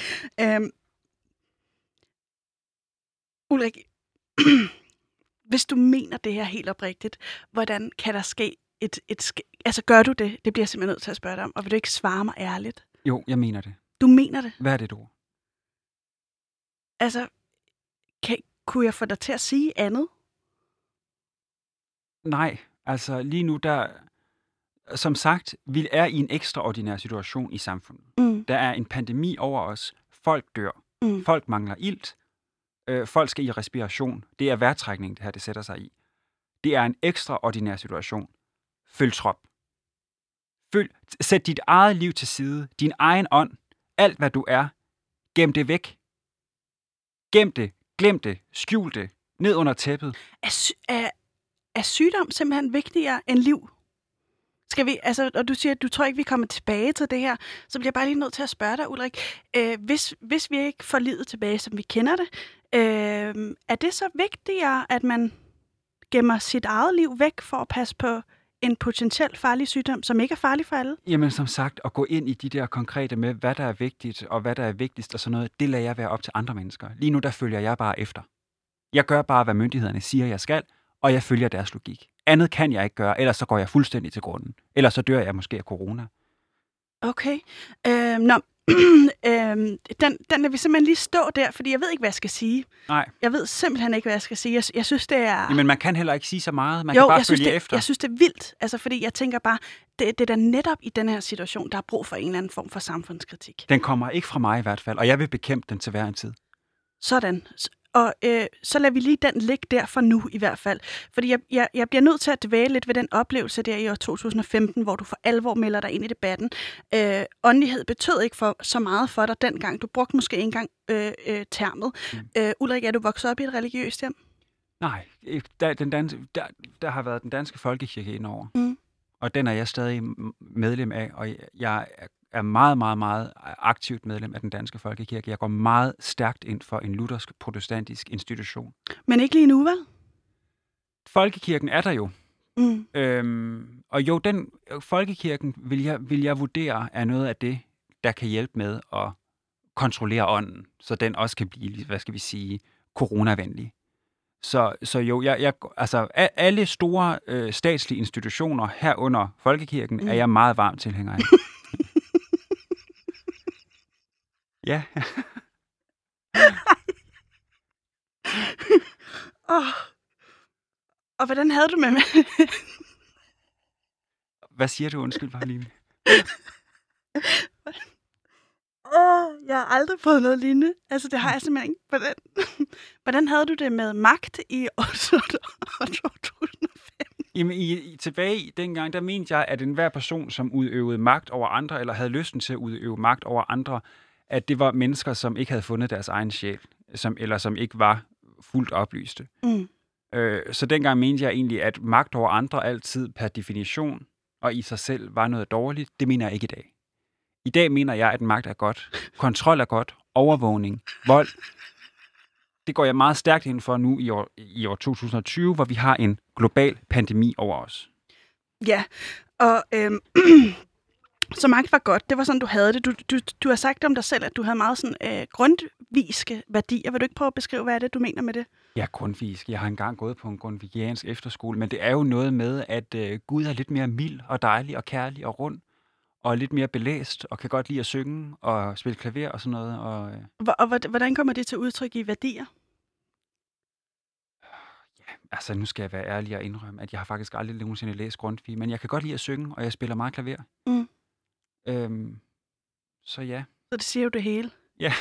Ulrik, hvis du mener det her helt oprigtigt, hvordan kan der ske altså gør du det? Det bliver jeg simpelthen nødt til at spørge dig om. Og vil du ikke svare mig ærligt? Jo, jeg mener det. Du mener det? Hvad er det, et ord? Altså, kunne jeg få dig til at sige andet? Nej, altså lige nu, som sagt, vi er i en ekstraordinær situation i samfundet. Der er en pandemi over os. Folk dør. Folk mangler ilt. Folk skal i respiration. Det er vejrtrækning, det her, det sætter sig i. Det er en ekstraordinær situation. Følg trop. Sæt dit eget liv til side. Din egen ånd. Alt, hvad du er. Gem det væk. Gem det. Glem det. Skjul det. Ned under tæppet. Er sygdom simpelthen vigtigere end liv? Skal vi, altså, og du siger, at du tror ikke, vi kommer tilbage til det her, så bliver jeg bare lige nødt til at spørge dig, Ulrik. Hvis vi ikke får livet tilbage, som vi kender det, er det så vigtigere, at man gemmer sit eget liv væk for at passe på en potentielt farlig sygdom, som ikke er farlig for alle? Jamen som sagt, at gå ind i de der konkrete med, hvad der er vigtigt, og hvad der er vigtigst og sådan noget, det lader jeg være op til andre mennesker. Lige nu, der følger jeg bare efter. Jeg gør bare, hvad myndighederne siger, jeg skal, og jeg følger deres logik. Andet kan jeg ikke gøre, ellers så går jeg fuldstændig til grunden. Ellers så dør jeg måske af corona. Okay. Den lader vi simpelthen lige stå der, fordi jeg ved ikke, hvad jeg skal sige. Nej. Jeg ved simpelthen ikke, hvad jeg skal sige. Jeg synes, det er... Jamen, man kan heller ikke sige så meget. Man kan bare følge efter. Jeg synes, det er vildt. Altså, fordi jeg tænker bare, det er da netop i den her situation, der er brug for en eller anden form for samfundskritik. Den kommer ikke fra mig i hvert fald, og jeg vil bekæmpe den til hver en tid. Sådan. Og så lader vi lige den ligge der for nu i hvert fald. Fordi jeg bliver nødt til at dvæle lidt ved den oplevelse der i år 2015, hvor du for alvor melder dig ind i debatten. Åndelighed betød ikke så meget for dig dengang. Du brugte måske ikke engang termet. Ulrik, er du vokset op i et religiøst hjem? Nej, der har været den danske folkekirke indover. Og den er jeg stadig medlem af, og jeg er meget, meget, meget aktivt medlem af den danske folkekirke. Jeg går meget stærkt ind for en luthersk protestantisk institution. Men ikke lige nu, vel? Folkekirken er der jo. Og jo, den folkekirken vil jeg vurdere er noget af det, der kan hjælpe med at kontrollere ånden, så den også kan blive, hvad skal vi sige, coronavenlig. Så jo, altså alle store statslige institutioner herunder folkekirken er jeg meget varm tilhænger af. Ja. Og hvordan havde du med mig? Hvad siger du? Undskyld bare lige. Jeg har aldrig prøvet noget lignende. Altså, det har jeg simpelthen ikke. Hvordan havde du det med magt i år 2005? Jamen, tilbage i dengang, der mente jeg, at enhver person, som udøvede magt over andre, eller havde lysten til at udøve magt over andre, at det var mennesker, som ikke havde fundet deres egen sjæl, eller som ikke var fuldt oplyste. Så dengang mente jeg egentlig, at magt over andre altid per definition og i sig selv var noget dårligt. Det mener jeg ikke i dag. I dag mener jeg, at magt er godt, kontrol er godt, overvågning, vold. Det går jeg meget stærkt ind for nu i år 2020, hvor vi har en global pandemi over os. Ja, og så magt var godt. Det var sådan, du havde det. Du har sagt om dig selv, at du havde meget sådan grundviske værdier. Vil du ikke prøve at beskrive, hvad er det, du mener med det? Ja, grundvisk. Jeg har engang gået på en grundvigiansk efterskole, men det er jo noget med, at Gud er lidt mere mild og dejlig og kærlig og rund, og lidt mere belæst, og kan godt lide at synge og spille klaver og sådan noget. Og hvordan kommer det til udtryk i værdier? Ja, altså nu skal jeg være ærlig og indrømme, at jeg har faktisk aldrig nogensinde læst Grundtvig, men jeg kan godt lide at synge, og jeg spiller meget klaver. Så ja. Så det siger jo det hele. Ja.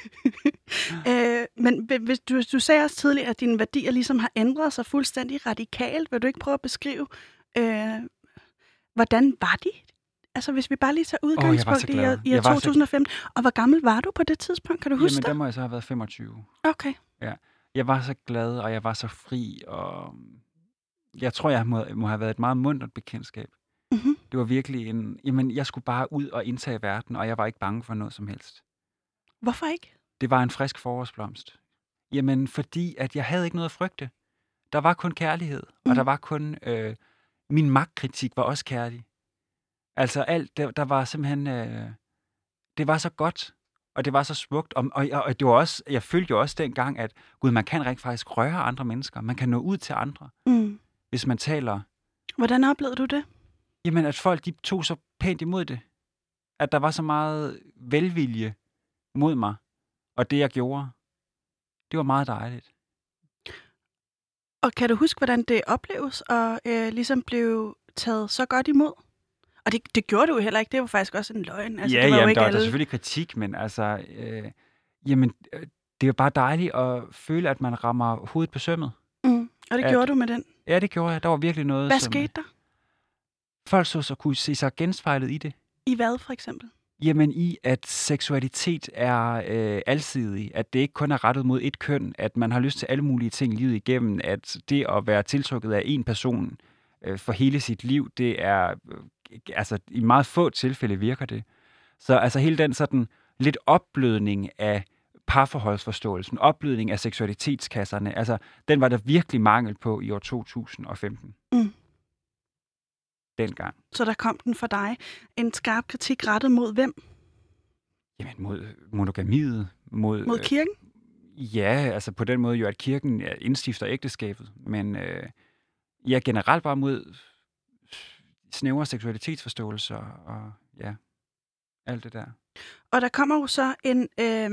Men hvis du sagde også tidligere, at dine værdier ligesom har ændret sig fuldstændig radikalt. Vil du ikke prøve at beskrive, hvordan var de? Altså, hvis vi bare lige tager jeg var så udgangspunkt glad. i år 2015. Og hvor gammel var du på det tidspunkt? Kan du huske Jamen, der det? må jeg så have været 25. Okay. Ja. Jeg var så glad, og jeg var så fri, og jeg tror, jeg må have været et meget muntert bekendtskab. Mm-hmm. Det var virkelig jamen, jeg skulle bare ud og indtage verden, og jeg var ikke bange for noget som helst. Hvorfor ikke? Det var en frisk forårsblomst. Jamen, fordi at jeg havde ikke noget at frygte. Der var kun kærlighed, og der var kun... min magtkritik var også kærlig. Altså alt, der var simpelthen... det var så godt, og det var så smukt. Og det var også, jeg følte jo også dengang, at gud, man kan rent faktisk røre andre mennesker. Man kan nå ud til andre, hvis man taler... Hvordan oplevede du det? Jamen, at folk de tog så pænt imod det. At der var så meget velvilje mod mig, og det jeg gjorde. Det var meget dejligt. Og kan du huske, hvordan det opleves, og ligesom blev taget så godt imod? Og det gjorde du jo heller ikke. Det var faktisk også en løgn. Altså, det var jo ikke der er selvfølgelig kritik, men altså... det er jo bare dejligt at føle, at man rammer hovedet på sømmet. Og det gjorde du med den? Ja, det gjorde jeg. Der var virkelig noget, Hvad skete der? Folk så kunne se sig genspejlet i det. I hvad, for eksempel? Jamen i, at seksualitet er alsidig. At det ikke kun er rettet mod et køn. At man har lyst til alle mulige ting livet igennem. At det at være tiltrukket af en person for hele sit liv, det er... altså i meget få tilfælde virker det. Så altså hele den sådan lidt opblødning af parforholdsforståelsen, opblødning af seksualitetskasserne, altså den var der virkelig mangel på i år 2015. Dengang. Så der kom den for dig. En skarp kritik rettet mod hvem? Jamen mod monogamiet. Mod kirken? Ja, altså på den måde jo, at kirken indstifter ægteskabet, men generelt bare mod snævre seksualitetsforståelser og ja, alt det der. Og der kommer jo så en...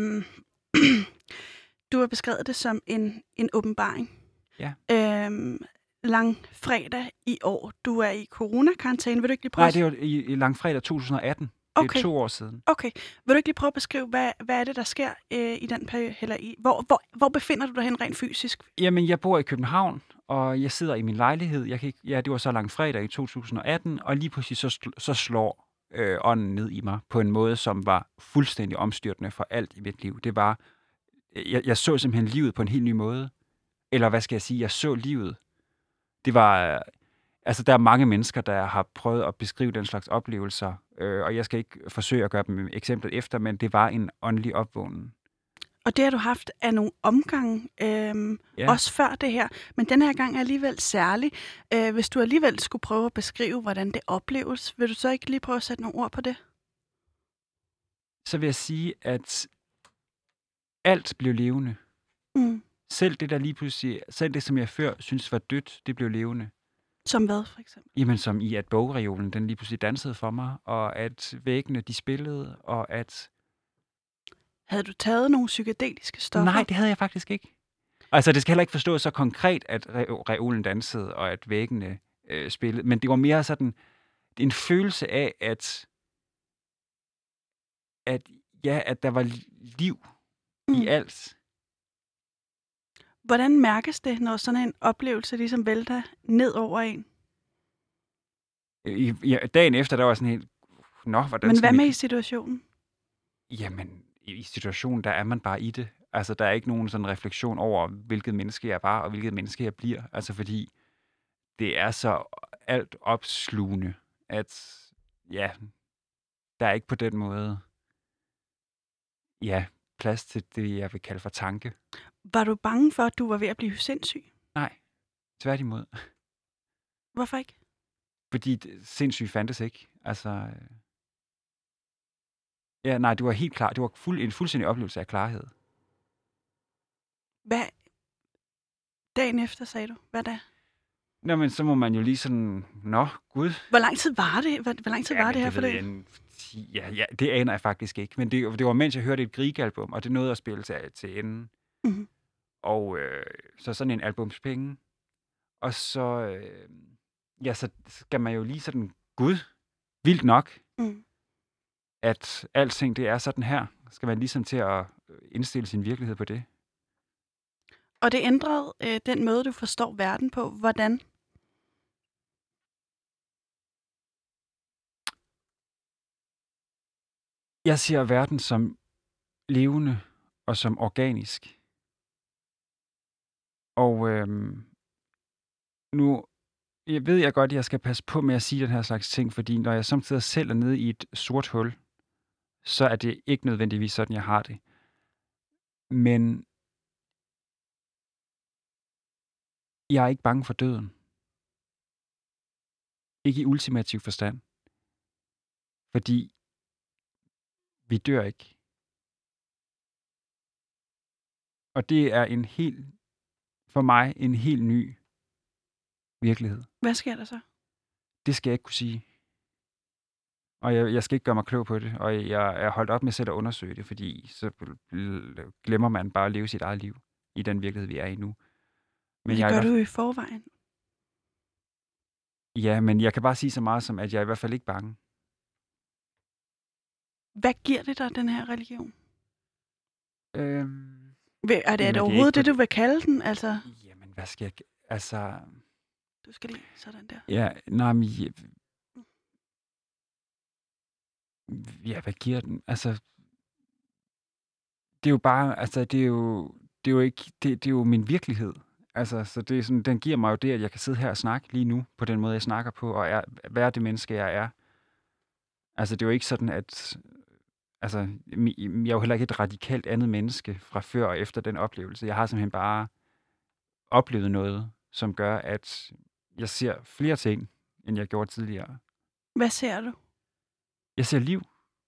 du har beskrevet det som en åbenbaring. Ja. Langfredag i år. Du er i coronakarantæne. Vil du ikke lige prøve... Nej, det var i langfredag 2018. Okay. Det er 2 år siden. Okay. Vil du ikke lige prøve at beskrive, hvad er det, der sker i den periode? Eller hvor befinder du dig hen rent fysisk? Jamen, jeg bor i København, og jeg sidder i min lejlighed. Det var så langfredag i 2018, og lige pludselig så slår ånden ned i mig på en måde, som var fuldstændig omstyrtende for alt i mit liv. Det var... Jeg så simpelthen livet på en helt ny måde. Eller hvad skal jeg sige? Jeg så livet. Det var... Altså, der er mange mennesker, der har prøvet at beskrive den slags oplevelser, og jeg skal ikke forsøge at gøre dem eksemplet efter, men det var en åndelig opvågning. Og det har du haft af nogle omgange, også før det her, men den her gang er alligevel særlig. Hvis du alligevel skulle prøve at beskrive, hvordan det opleves, vil du så ikke lige prøve at sætte nogle ord på det? Så vil jeg sige, at alt blev levende. Selv det, der lige pludselig, selv det, som jeg før synes var dødt, det blev levende. Som hvad, for eksempel? Jamen, som i, at bogreolen, den lige pludselig dansede for mig, og at væggene, de spillede, og at... Havde du taget nogle psykedeliske stoffer? Nej, det havde jeg faktisk ikke. Altså, det skal heller ikke forstås så konkret, at reolen dansede, og at væggene spillede, men det var mere sådan en følelse af, at der var liv i alt. Hvordan mærkes det, når sådan en oplevelse ligesom vælter ned over en? Dagen efter, der var sådan helt... hvordan Men hvad med i situationen? Jamen, i situationen, der er man bare i det. Altså, der er ikke nogen sådan refleksion over, hvilket menneske jeg var, og hvilket menneske jeg bliver. Altså, fordi det er så alt opslugende, at der er ikke på den måde, plads til det, jeg vil kalde for tanke. Var du bange for, at du var ved at blive sindssyg? Nej, tværtimod. Hvorfor ikke? Fordi sindssyg fandtes ikke. Altså... nej, det var helt klart. Det var en fuldstændig oplevelse af klarhed. Hvad? Dagen efter, sagde du? Hvad da? Nå, men så må man jo lige sådan... Nå, gud. Hvor lang tid var det? Hvor lang tid var det her for det? Det aner jeg faktisk ikke. Men det var, mens jeg hørte et Grieg-album, og det nåede at spille til enden. Mm-hmm. Og så sådan en albumspenge. Og så... så skal man jo lige sådan... Gud, vildt nok. At alting, det er sådan her. Skal man ligesom til at indstille sin virkelighed på det. Og det ændrede den måde, du forstår verden på. Hvordan? Jeg ser verden som levende og som organisk. Og nu ved jeg godt, at jeg skal passe på med at sige den her slags ting, fordi når jeg samtidig selv er nede i et sort hul, så er det ikke nødvendigvis sådan, jeg har det. Men jeg er ikke bange for døden. Ikke i ultimativ forstand. Fordi vi dør ikke. Og det er for mig en helt ny virkelighed. Hvad sker der så? Det skal jeg ikke kunne sige. Og jeg skal ikke gøre mig klog på det. Og jeg er holdt op med selv at undersøge det, fordi så glemmer man bare at leve sit eget liv i den virkelighed, vi er i nu. Men det gør du i forvejen. Ja, men jeg kan bare sige så meget som, at jeg er i hvert fald ikke bange. Hvad giver det dig, den her religion? Er det jamen, overhovedet det, du vil kalde den? Altså, Jamen, hvad skal jeg... Altså... du skal lige sådan der. Ja, nej, men... Ja, hvad giver den? Altså... Det er jo bare... Altså, det er jo ikke... Det er jo min virkelighed. Altså, så det er sådan, den giver mig jo det, at jeg kan sidde her og snakke lige nu, på den måde, jeg snakker på, og være det menneske, jeg er. Altså, det er jo ikke sådan, at... Altså, jeg er jo heller ikke et radikalt andet menneske fra før og efter den oplevelse. Jeg har simpelthen bare oplevet noget, som gør, at jeg ser flere ting, end jeg gjorde tidligere. Hvad ser du? Jeg ser liv.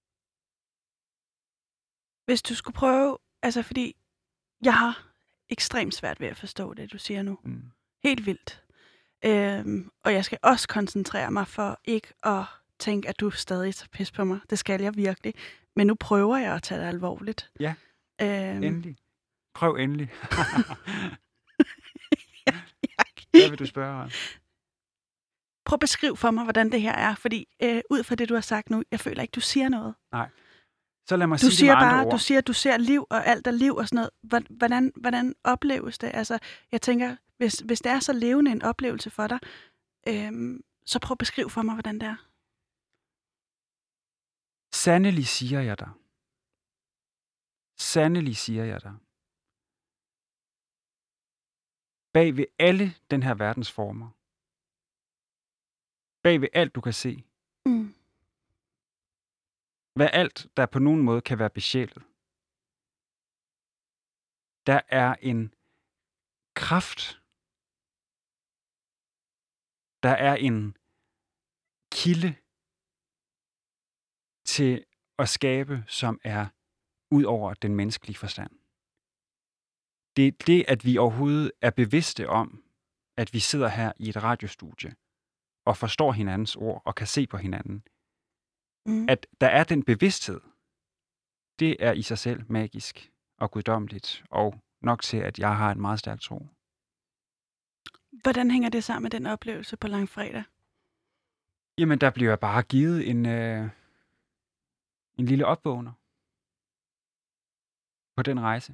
Hvis du skulle prøve... Altså, fordi jeg har ekstremt svært ved at forstå det, du siger nu. Mm. Helt vildt. Og jeg skal også koncentrere mig for ikke at tænke, at du stadig tager pis på mig. Det skal jeg virkelig. Men nu prøver jeg at tage det alvorligt. Ja, endelig. Prøv endelig. Hvad vil du spørge om? Prøv at beskrive for mig, hvordan det her er. Fordi ud fra det, du har sagt nu, jeg føler ikke, du siger noget. Nej. Så lad mig Du sige siger det med bare, andre ord. du siger, at du ser liv, og alt er liv og sådan noget. Hvordan opleves det? Altså, jeg tænker, hvis det er så levende en oplevelse for dig, så prøv at beskrive for mig, hvordan det er. Sandelig siger jeg dig. Sandelig siger jeg dig. Bag ved alle den her verdens former. Bag ved alt, du kan se. Mm. Hvad alt, der på nogen måde kan være besjælet. Der er en kraft. Der er en kilde til at skabe, som er ud over den menneskelige forstand. Det er det, at vi overhovedet er bevidste om, at vi sidder her i et radiostudie og forstår hinandens ord og kan se på hinanden. Mm. At der er den bevidsthed, det er i sig selv magisk og guddommeligt, og nok til, at jeg har en meget stærk tro. Hvordan hænger det sammen med den oplevelse på langfredag? Jamen, der bliver bare givet en lille opvågner på den rejse.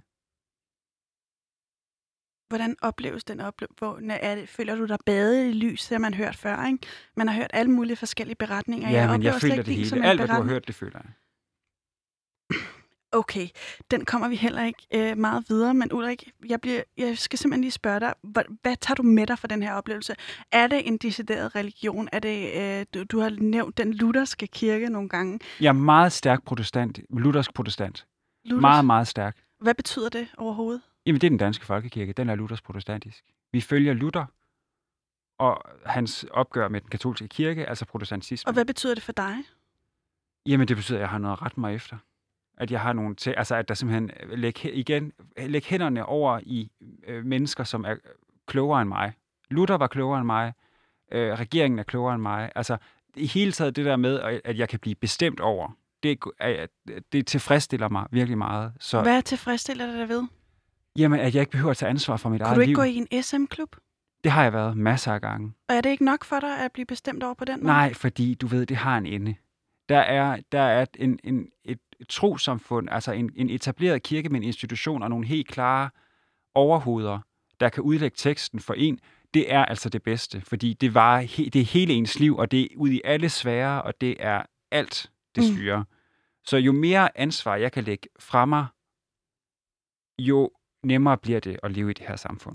Hvordan opleves den oplevelse? Føler du dig badet i lys? Det har man hørt før, ikke? Man har hørt alle mulige forskellige beretninger. Ja, men jeg oplever slet føler ikke det din som hele. en Alt, hvad du har beretning. hørt, det føler jeg. Okay, den kommer vi heller ikke meget videre, men Ulrik, jeg skal simpelthen lige spørge dig, hvad tager du med dig fra den her oplevelse? Er det en decideret religion? Er det, du har nævnt den lutherske kirke nogle gange. Jeg er meget stærk protestant, luthersk protestant. Meget, meget stærk. Hvad betyder det overhovedet? Jamen, det er den danske folkekirke. Den er luthersk protestantisk. Vi følger Luther og hans opgør med den katolske kirke, altså protestantisme. Og hvad betyder det for dig? Jamen, det betyder, at jeg har noget at rette mig efter. At jeg har nogle altså at der simpelthen lægge hænderne over i mennesker, som er klogere end mig. Luther var klogere end mig. Regeringen er klogere end mig. Altså, i hele taget det der med, at jeg kan blive bestemt over, det tilfredsstiller mig virkelig meget. Så, hvad tilfredsstiller dig ved? Jamen, at jeg ikke behøver at tage ansvar for mit eget liv. Kunne du ikke gå i en SM-klub? Det har jeg været masser af gange. Og er det ikke nok for dig at blive bestemt over på den måde? Nej, fordi du ved, det har en ende. Der er et trossamfund, altså en etableret kirke med en institution og nogle helt klare overhoveder, der kan udlægge teksten for en. Det er altså det bedste, fordi det er hele ens liv, og det er ud i alle sfærer, og det er alt, det styrer. Så jo mere ansvar jeg kan lægge fra mig, jo nemmere bliver det at leve i det her samfund.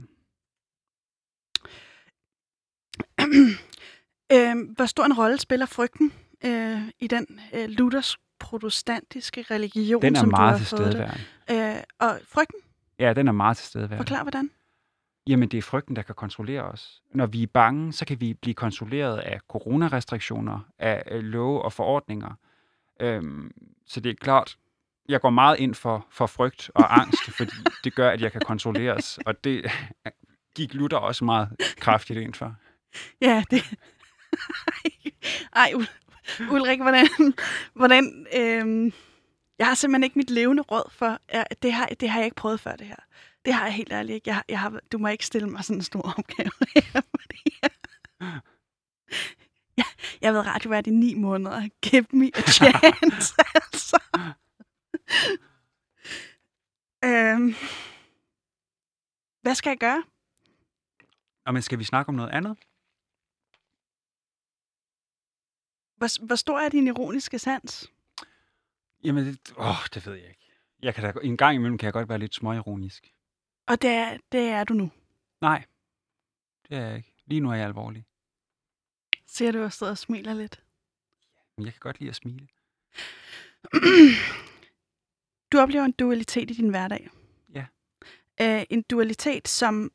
Hvor stor en rolle spiller frygten i den luthersk protestantiske religion, Den er som du meget har til fået stedeværende. Og frygten? Ja, den er meget til stedeværende. Forklar, hvordan? Jamen, det er frygten, der kan kontrollere os. Når vi er bange, så kan vi blive kontrolleret af coronarestriktioner, af love og forordninger. Så det er klart, jeg går meget ind for frygt og angst, fordi det gør, at jeg kan kontrolleres. Og det gik Luther også meget kraftigt ind for. Ja, det... Ej, Ulrik, hvordan jeg har simpelthen ikke mit levende råd for, det har jeg ikke prøvet før, det her. Det har jeg helt ærligt ikke. Du må ikke stille mig sådan en stor opgave her, fordi jeg har været radiovært i 9 måneder. Give me a chance, altså. Hvad skal jeg gøre? Men skal vi snakke om noget andet? Hvor stor er din ironiske sans? Jamen, det ved jeg ikke. En gang imellem kan jeg godt være lidt småironisk. Og det er du nu? Nej, det er jeg ikke. Lige nu er jeg alvorlig. Ser du også og smiler lidt? Men jeg kan godt lide at smile. Du oplever en dualitet i din hverdag. Ja. En dualitet, som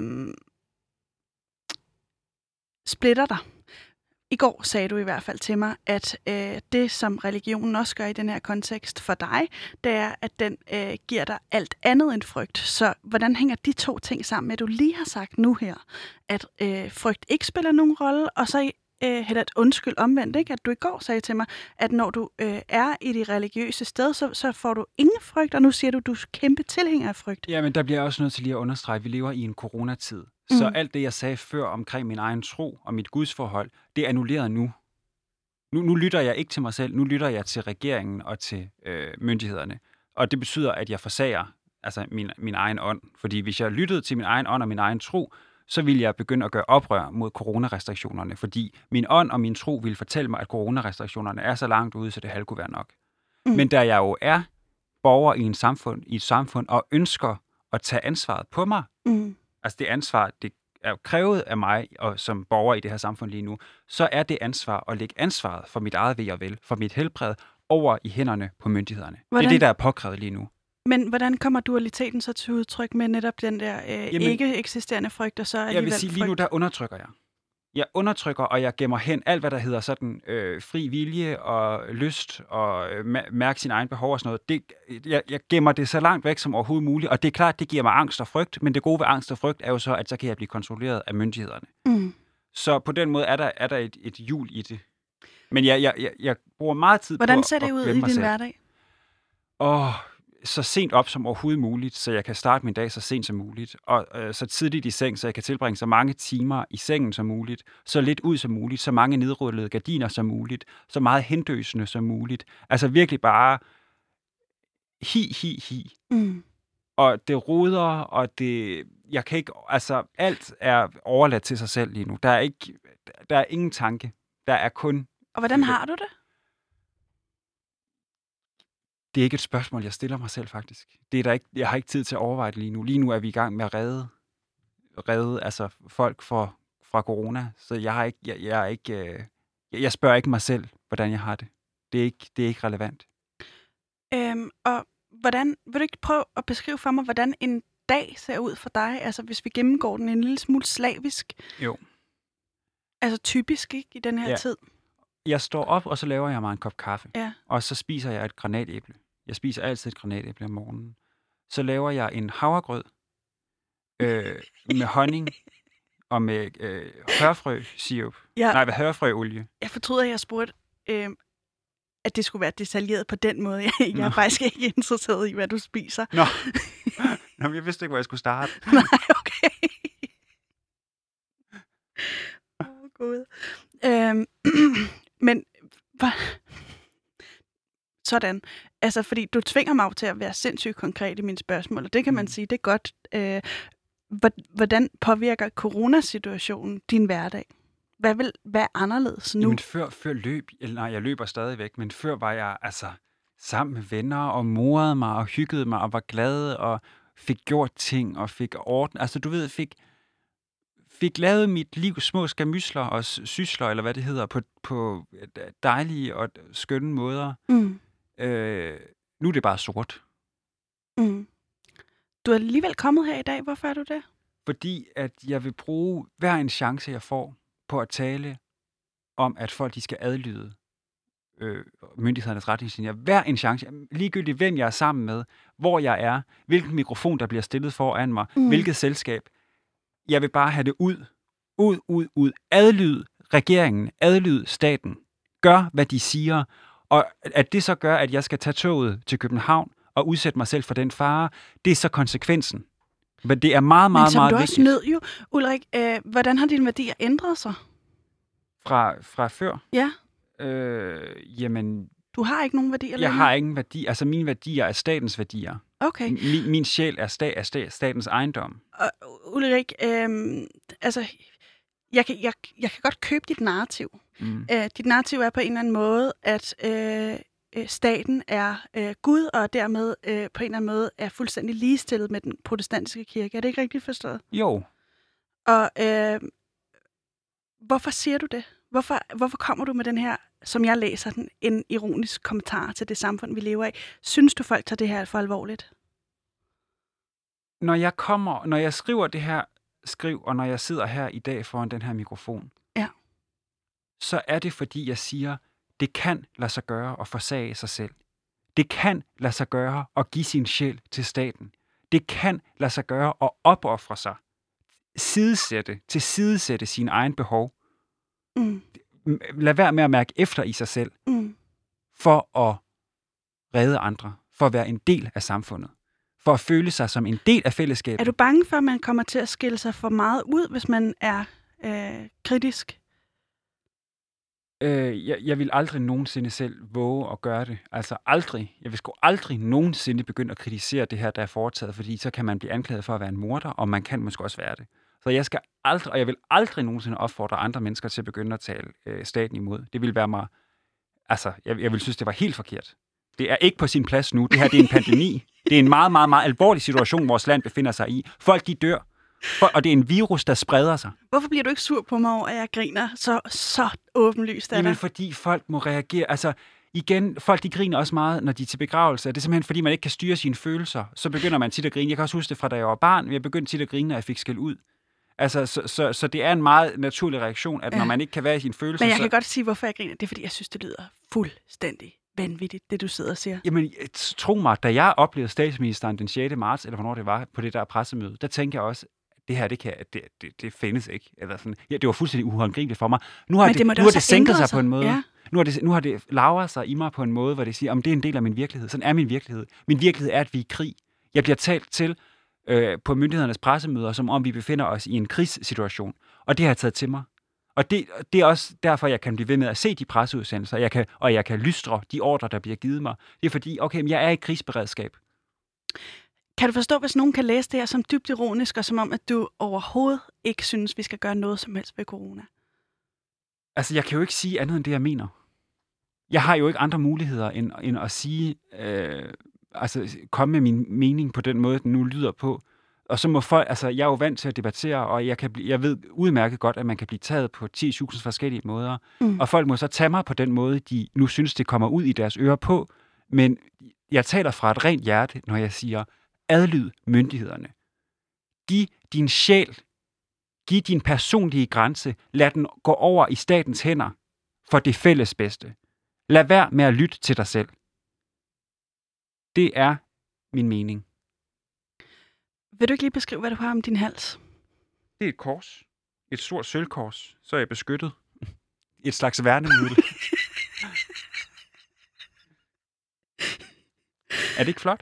splitter dig. I går sagde du i hvert fald til mig, at det, som religionen også gør i den her kontekst for dig, det er, at den giver dig alt andet end frygt. Så hvordan hænger de to ting sammen med, at du lige har sagt nu her, at frygt ikke spiller nogen rolle, og så omvendt, ikke? At du i går sagde til mig, at når du er i det religiøse sted, så får du ingen frygt, og nu siger du er kæmpe tilhænger af frygt. Ja, men der bliver jeg også nødt til lige at understrege, at vi lever i en coronatid. Så alt det, jeg sagde før omkring min egen tro og mit gudsforhold, det er annulleret nu. Nu lytter jeg ikke til mig selv, nu lytter jeg til regeringen og til myndighederne. Og det betyder, at jeg forsager min egen ånd. Fordi hvis jeg lyttede til min egen ånd og min egen tro, så ville jeg begynde at gøre oprør mod coronarestriktionerne. Fordi min ånd og min tro ville fortælle mig, at coronarestriktionerne er så langt ude, så det halv kunne være nok. Men da jeg jo er borger i et samfund og ønsker at tage ansvaret på mig, altså det ansvar, det er jo krævet af mig og som borger i det her samfund lige nu, så er det ansvar at lægge ansvaret for mit eget ve og vel, for mit helbred, over i hænderne på myndighederne. Det er det, der er påkrævet lige nu. Men hvordan kommer dualiteten så til udtryk med netop den der ikke eksisterende frygt, og så alligevel jeg vil sige, lige nu der undertrykker jeg. Jeg undertrykker, og jeg gemmer hen alt, hvad der hedder sådan fri vilje og lyst og mærke sin egen behov og sådan noget. Jeg gemmer det så langt væk som overhovedet muligt, og det er klart, det giver mig angst og frygt, men det gode ved angst og frygt er jo så, at så kan jeg blive kontrolleret af myndighederne. Så på den måde er der et hjul i det. Men jeg bruger meget tid Hvordan på ser det ud i din hverdag? Så sent op som overhovedet muligt, så jeg kan starte min dag så sent som muligt, og så tidligt i seng, så jeg kan tilbringe så mange timer i sengen som muligt, så lidt ud som muligt, så mange nedrullede gardiner som muligt, så meget hendøsende som muligt. Altså virkelig bare hi. Og det roder, og jeg kan ikke, altså alt er overladt til sig selv lige nu. Der er ingen tanke. Der er kun... Og hvordan har du det? Det er ikke et spørgsmål, jeg stiller mig selv, faktisk. Det er der ikke, jeg har ikke tid til at overveje det lige nu. Lige nu er vi i gang med at redde altså folk fra corona. Så jeg spørger ikke mig selv, hvordan jeg har det. Det er ikke relevant. Og vil du ikke prøve at beskrive for mig, hvordan en dag ser ud for dig? Altså hvis vi gennemgår den en lille smule slavisk. Jo. Altså typisk, ikke, i den her tid. Jeg står op, og så laver jeg mig en kop kaffe. Ja. Og så spiser jeg et granatæble. Jeg spiser altid et granatæble om morgenen. Så laver jeg en havregrød med honning og med hørfrøsirup. Ja. Nej, hørfrøolie. Jeg fortryder, at jeg spurgte, at det skulle være detaljeret på den måde. Jeg er faktisk ikke interesseret i, hvad du spiser. Nå, jeg vidste ikke, hvor jeg skulle starte. Nej, okay. Gud. Men sådan. Altså, fordi du tvinger mig til at være sindssygt konkret i mine spørgsmål, og det kan man sige, det er godt. Hvordan påvirker coronasituationen din hverdag? Hvad er anderledes nu? Jamen før løb, jeg løber stadigvæk, men før var jeg, altså, sammen med venner og morede mig og hyggede mig og var glad og fik gjort ting og fik orden. Altså du ved, fik lavet mit liv små skamysler og sysler, eller hvad det hedder, på dejlige og skønne måder. Mm. Nu er det bare sort. Mm. Du er alligevel kommet her i dag. Hvorfor er du det? Fordi at jeg vil bruge hver en chance, jeg får på at tale om, at folk de skal adlyde myndighedernes retningslinjer. Hver en chance. Ligegyldigt hvem jeg er sammen med, hvor jeg er, hvilken mikrofon, der bliver stillet foran mig, hvilket selskab. Jeg vil bare have det ud. Adlyd regeringen, adlyd staten. Gør, hvad de siger. Og at det så gør, at jeg skal tage toget til København og udsætte mig selv for den fare, det er så konsekvensen. Men det er meget vigtigt. Men som du også nød jo, Ulrik, hvordan har dine værdier ændret sig? Fra før? Ja. Jamen... Du har ikke nogen værdier længere? Jeg har ingen værdi. Altså, mine værdier er statens værdier. Okay. Min sjæl er statens ejendom. Ulrik, altså... Jeg kan godt købe dit narrativ. Dit narrativ er på en eller anden måde, at staten er Gud, og dermed på en eller anden måde er fuldstændig ligestillet med den protestantiske kirke. Er det ikke rigtigt forstået? Jo. Og hvorfor siger du det? Hvorfor kommer du med den her, som jeg læser den, en ironisk kommentar til det samfund, vi lever i? Synes du, folk tager det her for alvorligt? Når jeg skriver det her og når jeg sidder her i dag foran den her mikrofon, så er det, fordi jeg siger, det kan lade sig gøre at forsage sig selv. Det kan lade sig gøre at give sin sjæl til staten. Det kan lade sig gøre at opofre sig. Tilsidesætte sine egen behov. Lad være med at mærke efter i sig selv, for at redde andre, for at være en del af samfundet, for at føle sig som en del af fællesskabet. Er du bange for, at man kommer til at skille sig for meget ud, hvis man er kritisk? Jeg vil aldrig nogensinde selv våge at gøre det. Altså aldrig. Jeg vil sgu aldrig nogensinde begynde at kritisere det her, der er foretaget, fordi så kan man blive anklaget for at være en morder, og man kan måske også være det. Så jeg vil aldrig nogensinde opfordre andre mennesker til at begynde at tale staten imod. Det vil være mig... Altså, jeg vil synes, det var helt forkert. Det er ikke på sin plads nu. Det her, det er en pandemi. Det er en meget, meget, meget alvorlig situation, vores land befinder sig i. Folk, de dør. Og det er en virus, der spreder sig. Hvorfor bliver du ikke sur på mig over, at jeg griner så åbenlyst af dig? Jamen, fordi folk må reagere. Altså, igen, folk de griner også meget, når de er til begravelse. Det er simpelthen, fordi man ikke kan styre sine følelser. Så begynder man tit at grine. Jeg kan også huske det fra, da jeg var barn. Jeg begyndte tit at grine, når jeg fik skæld ud. Altså, så det er en meget naturlig reaktion, at når man ikke kan være i sine følelser... Men jeg kan godt sige, hvorfor jeg griner. Det er, fordi jeg synes, det lyder fuldstændig vanvittigt, det du sidder og siger. Jamen, tro mig, da jeg oplevede statsministeren den 6. marts, eller hvornår det var, på det der pressemøde, der tænkte jeg også, det her, det findes ikke. Eller sådan. Ja, det var fuldstændig uhåndgribeligt for mig. Nu har det sænket sig på en måde. Ja. Nu har det lagret sig i mig på en måde, hvor det siger, om det er en del af min virkelighed. Sådan er min virkelighed. Min virkelighed er, at vi er i krig. Jeg bliver talt til på myndighedernes pressemøder, som om vi befinder os i en krigssituation. Og det har jeg taget til mig. Og det er også derfor, jeg kan blive ved med at se de presseudsendelser, og jeg kan lystre de ordre, der bliver givet mig. Det er fordi, okay, men jeg er i krigsberedskab. Kan du forstå, hvis nogen kan læse det her som dybt ironisk, og som om, at du overhovedet ikke synes, vi skal gøre noget som helst ved corona? Altså, jeg kan jo ikke sige andet end det, jeg mener. Jeg har jo ikke andre muligheder, end at sige, komme med min mening på den måde, den nu lyder på. Og så må folk, altså jeg er jo vant til at debattere, og jeg ved udmærket godt, at man kan blive taget på 10.000 forskellige måder. Og folk må så tage mig på den måde, de nu synes, det kommer ud i deres ører på. Men jeg taler fra et rent hjerte, når jeg siger, adlyd myndighederne. Giv din sjæl, giv din personlige grænse, lad den gå over i statens hænder for det fælles bedste. Lad være med at lytte til dig selv. Det er min mening. Vil du ikke lige beskrive, hvad du har om din hals? Det er et kors. Et stort sølvkors. Så er jeg beskyttet. Et slags værnemiddel. Er det ikke flot?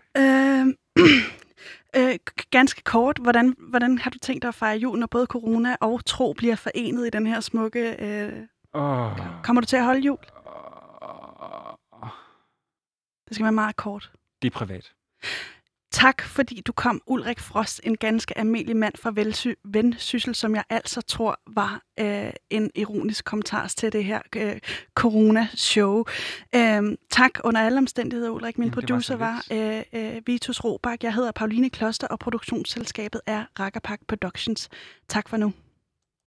Ganske kort. Hvordan har du tænkt dig at fejre jul, når både corona og tro bliver forenet i den her smukke... Kommer du til at holde jul? Det skal være meget kort. Det er privat. Tak, fordi du kom, Ulrik Frost, en ganske almindelig mand fra Vendsyssel, som jeg altså tror var en ironisk kommentar til det her corona-show. Tak under alle omstændigheder, Ulrik. Min producer var Vitus Robak. Jeg hedder Pauline Kloster, og produktionsselskabet er Rakkerpak Productions. Tak for nu.